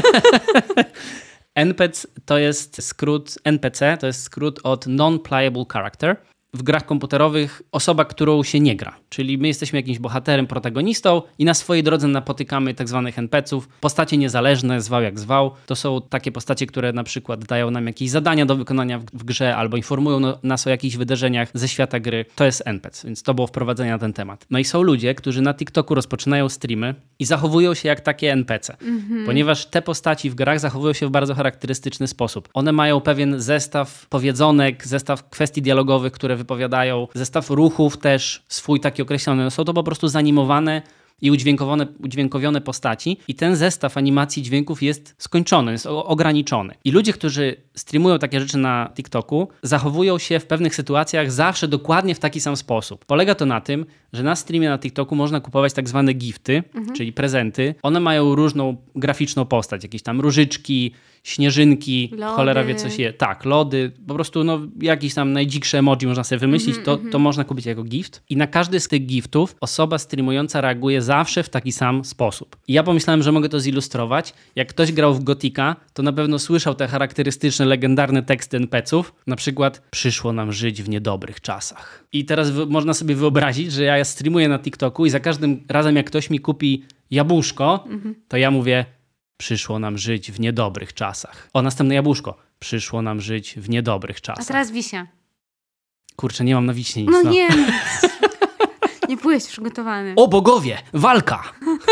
en pe ce to jest skrót, en pe ce to jest skrót od Non-Playable Character. W grach komputerowych osoba, którą się nie gra. Czyli my jesteśmy jakimś bohaterem, protagonistą i na swojej drodze napotykamy tak zwanych en pe ców. Postacie niezależne, zwał jak zwał. To są takie postacie, które na przykład dają nam jakieś zadania do wykonania w, w grze albo informują no, nas o jakichś wydarzeniach ze świata gry. To jest en pe ce, więc to było wprowadzenie na ten temat. No i są ludzie, którzy na TikToku rozpoczynają streamy i zachowują się jak takie en pe ce. Mm-hmm. Ponieważ te postaci w grach zachowują się w bardzo charakterystyczny sposób. One mają pewien zestaw powiedzonek, zestaw kwestii dialogowych, które wypowiadają, zestaw ruchów też swój taki określony. Są to po prostu zanimowane i udźwiękowione, udźwiękowione postaci i ten zestaw animacji dźwięków jest skończony, jest ograniczony. I ludzie, którzy streamują takie rzeczy na TikToku, zachowują się w pewnych sytuacjach zawsze dokładnie w taki sam sposób. Polega to na tym, że na streamie na TikToku można kupować tak zwane gifty, mhm. czyli prezenty. One mają różną graficzną postać, jakieś tam różyczki, śnieżynki, lody. Cholera wie co się... Tak, lody, po prostu no, jakieś tam najdziksze emoji można sobie wymyślić, mm-hmm, to, mm-hmm. to można kupić jako gift. I na każdy z tych giftów osoba streamująca reaguje zawsze w taki sam sposób. I ja pomyślałem, że mogę to zilustrować. Jak ktoś grał w Gotika, to na pewno słyszał te charakterystyczne, legendarne teksty en pe ce ów. Na przykład przyszło nam żyć w niedobrych czasach. I teraz w- można sobie wyobrazić, że ja streamuję na TikToku i za każdym razem jak ktoś mi kupi jabłuszko, mm-hmm. to ja mówię przyszło nam żyć w niedobrych czasach. O, następne jabłuszko. Przyszło nam żyć w niedobrych czasach. A teraz wiśnia. Kurczę, nie mam na wiśnie nic. No, no. nie. Nie byłeś przygotowany. O bogowie, walka!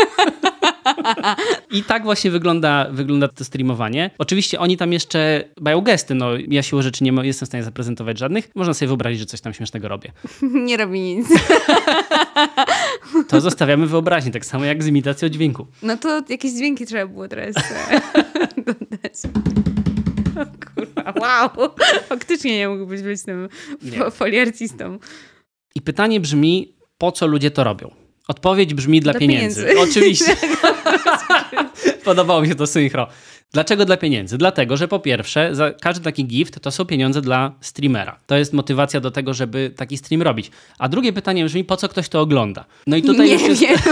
I tak właśnie wygląda, wygląda to streamowanie. Oczywiście oni tam jeszcze mają gesty. No, ja siłą rzeczy nie ma, jestem w stanie zaprezentować żadnych. Można sobie wyobrazić, że coś tam śmiesznego robię. Nie robi nic. To zostawiamy wyobraźni, tak samo jak z imitacją dźwięku. No to jakieś dźwięki trzeba było teraz dodać. O kurwa, wow. Faktycznie nie mógłbyś być tym fo- foliartistą. I pytanie brzmi, po co ludzie to robią? Odpowiedź brzmi dla, dla pieniędzy. pieniędzy. Oczywiście. Podobało mi się to synchro. Dlaczego dla pieniędzy? Dlatego, że po pierwsze, za każdy taki gift to są pieniądze dla streamera. To jest motywacja do tego, żeby taki stream robić. A drugie pytanie brzmi, po co ktoś to ogląda? No i tutaj nie już jest... wiem.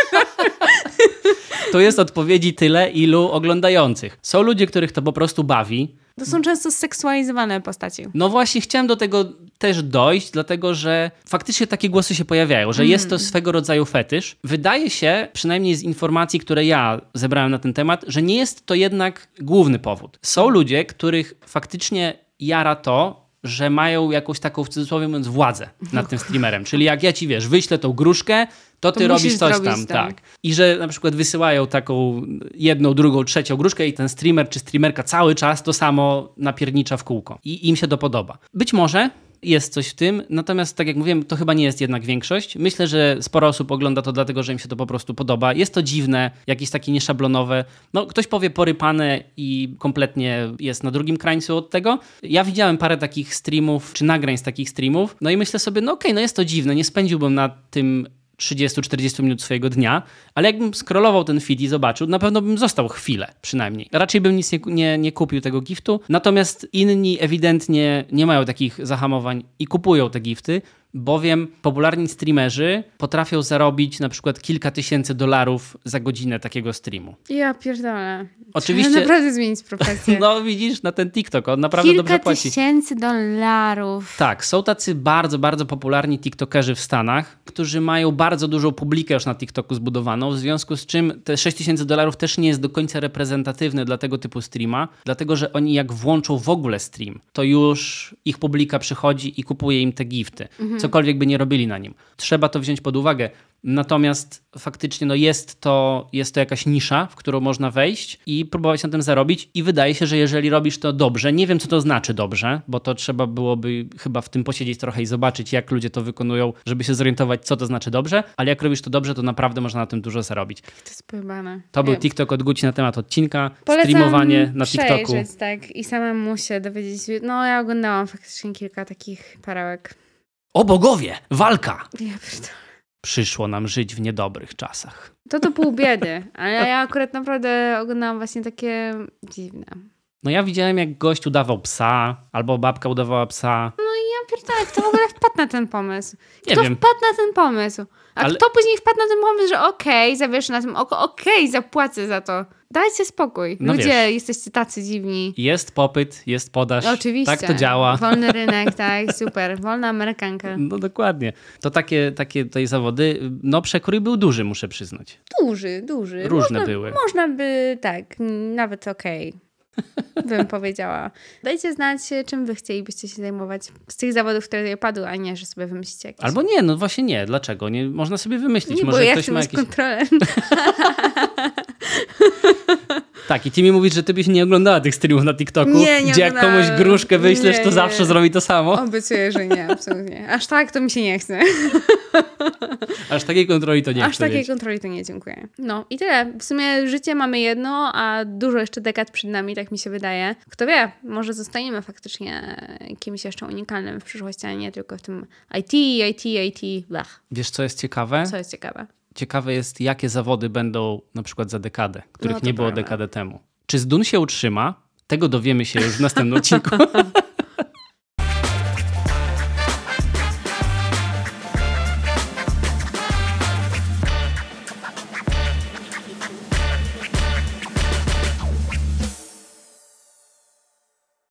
To jest odpowiedzi tyle, ilu oglądających. Są ludzie, których to po prostu bawi. To są często zseksualizowane postaci. No właśnie, chciałem do tego też dojść, dlatego że faktycznie takie głosy się pojawiają, że mm. jest to swego rodzaju fetysz. Wydaje się, przynajmniej z informacji, które ja zebrałem na ten temat, że nie jest to jednak główny powód. Są ludzie, których faktycznie jara to, że mają jakąś taką, w cudzysłowie mówiąc, władzę nad tym streamerem. Czyli jak ja ci, wiesz, wyślę tą gruszkę, to ty to robisz coś tam, tak. I że na przykład wysyłają taką jedną, drugą, trzecią gruszkę i ten streamer czy streamerka cały czas to samo napiernicza w kółko. I im się to podoba. Być może jest coś w tym, natomiast tak jak mówiłem, to chyba nie jest jednak większość. Myślę, że sporo osób ogląda to dlatego, że im się to po prostu podoba. Jest to dziwne, jakieś takie nieszablonowe. No, ktoś powie porypane i kompletnie jest na drugim krańcu od tego. Ja widziałem parę takich streamów, czy nagrań z takich streamów, no i myślę sobie, no okej, okay, no jest to dziwne, nie spędziłbym na tym trzydzieści czterdzieści minut swojego dnia, ale jakbym scrollował ten feed i zobaczył, na pewno bym został chwilę przynajmniej. Raczej bym nic nie, nie, nie kupił tego giftu, natomiast inni ewidentnie nie mają takich zahamowań i kupują te gifty, bowiem popularni streamerzy potrafią zarobić na przykład kilka tysięcy dolarów za godzinę takiego streamu. Ja pierdolę. Oczywiście. Trzeba naprawdę zmienić profesję. No widzisz, na ten TikTok, on naprawdę kilka dobrze płaci. Kilka tysięcy dolarów. Tak, są tacy bardzo, bardzo popularni tiktokerzy w Stanach, którzy mają bardzo dużą publikę już na TikToku zbudowaną, w związku z czym te sześć tysięcy dolarów też nie jest do końca reprezentatywne dla tego typu streama, dlatego że oni jak włączą w ogóle stream, to już ich publika przychodzi i kupuje im te gifty. Mhm. Cokolwiek by nie robili na nim. Trzeba to wziąć pod uwagę. Natomiast faktycznie no jest, to, jest to jakaś nisza, w którą można wejść i próbować na tym zarobić i wydaje się, że jeżeli robisz to dobrze, nie wiem co to znaczy dobrze, bo to trzeba byłoby chyba w tym posiedzieć trochę i zobaczyć jak ludzie to wykonują, żeby się zorientować co to znaczy dobrze, ale jak robisz to dobrze, to naprawdę można na tym dużo zarobić. To jest pojebane. To był TikTok od Guci na temat odcinka, Polecam streamowanie na TikToku. Tak, i samemu się dowiedzieć. No ja oglądałam faktycznie kilka takich perełek. O bogowie, walka! Ja pierdolę. Przyszło nam żyć w niedobrych czasach. To to pół biedy, ale ja akurat naprawdę oglądałam właśnie takie dziwne. No ja widziałem jak gość udawał psa, albo babka udawała psa. No i ja pierdolę, kto w ogóle wpadł na ten pomysł? Kto Nie wiem. wpadł na ten pomysł? A ale... kto później wpadł na ten pomysł, że okej, okay, zawiesz na tym oko, okej, okay, zapłacę za to. Dajcie spokój. No Ludzie, wiesz, jesteście tacy dziwni. Jest popyt, jest podaż. Oczywiście. Tak to działa. Wolny rynek, tak, super. Wolna Amerykanka. No dokładnie. To takie, takie tutaj zawody, no przekrój był duży, muszę przyznać. Duży, duży. Różne można, były. Można by, tak, nawet okej. Okay. Bym powiedziała. Dajcie znać, czym wy chcielibyście się zajmować z tych zawodów, które tutaj padły, a nie, że sobie wymyślicie jakieś. Albo nie, no właśnie nie. Dlaczego? Nie, można sobie wymyślić. Nie, Może bo ja ktoś chcę ma mieć jakieś... kontrolę. Tak, i ty mi mówisz, że ty byś nie oglądała tych streamów na TikToku, nie, nie gdzie jak komuś gruszkę wyślesz, nie, to zawsze nie. zrobi to samo. Obiecuję, że nie, absolutnie. Aż tak to mi się nie chce. Aż takiej kontroli to nie Aż chcę takiej mieć. kontroli to nie, dziękuję. No i tyle. W sumie życie mamy jedno, a dużo jeszcze dekad przed nami, tak mi się wydaje. Kto wie, może zostaniemy faktycznie kimś jeszcze unikalnym w przyszłości, a nie tylko w tym I T, I T, I T, blach. Wiesz, co jest ciekawe? Co jest ciekawe? Ciekawe jest, jakie zawody będą na przykład za dekadę, których No, nie było prawda. dekadę temu. Czy Zdun się utrzyma? Tego dowiemy się już w następnym odcinku.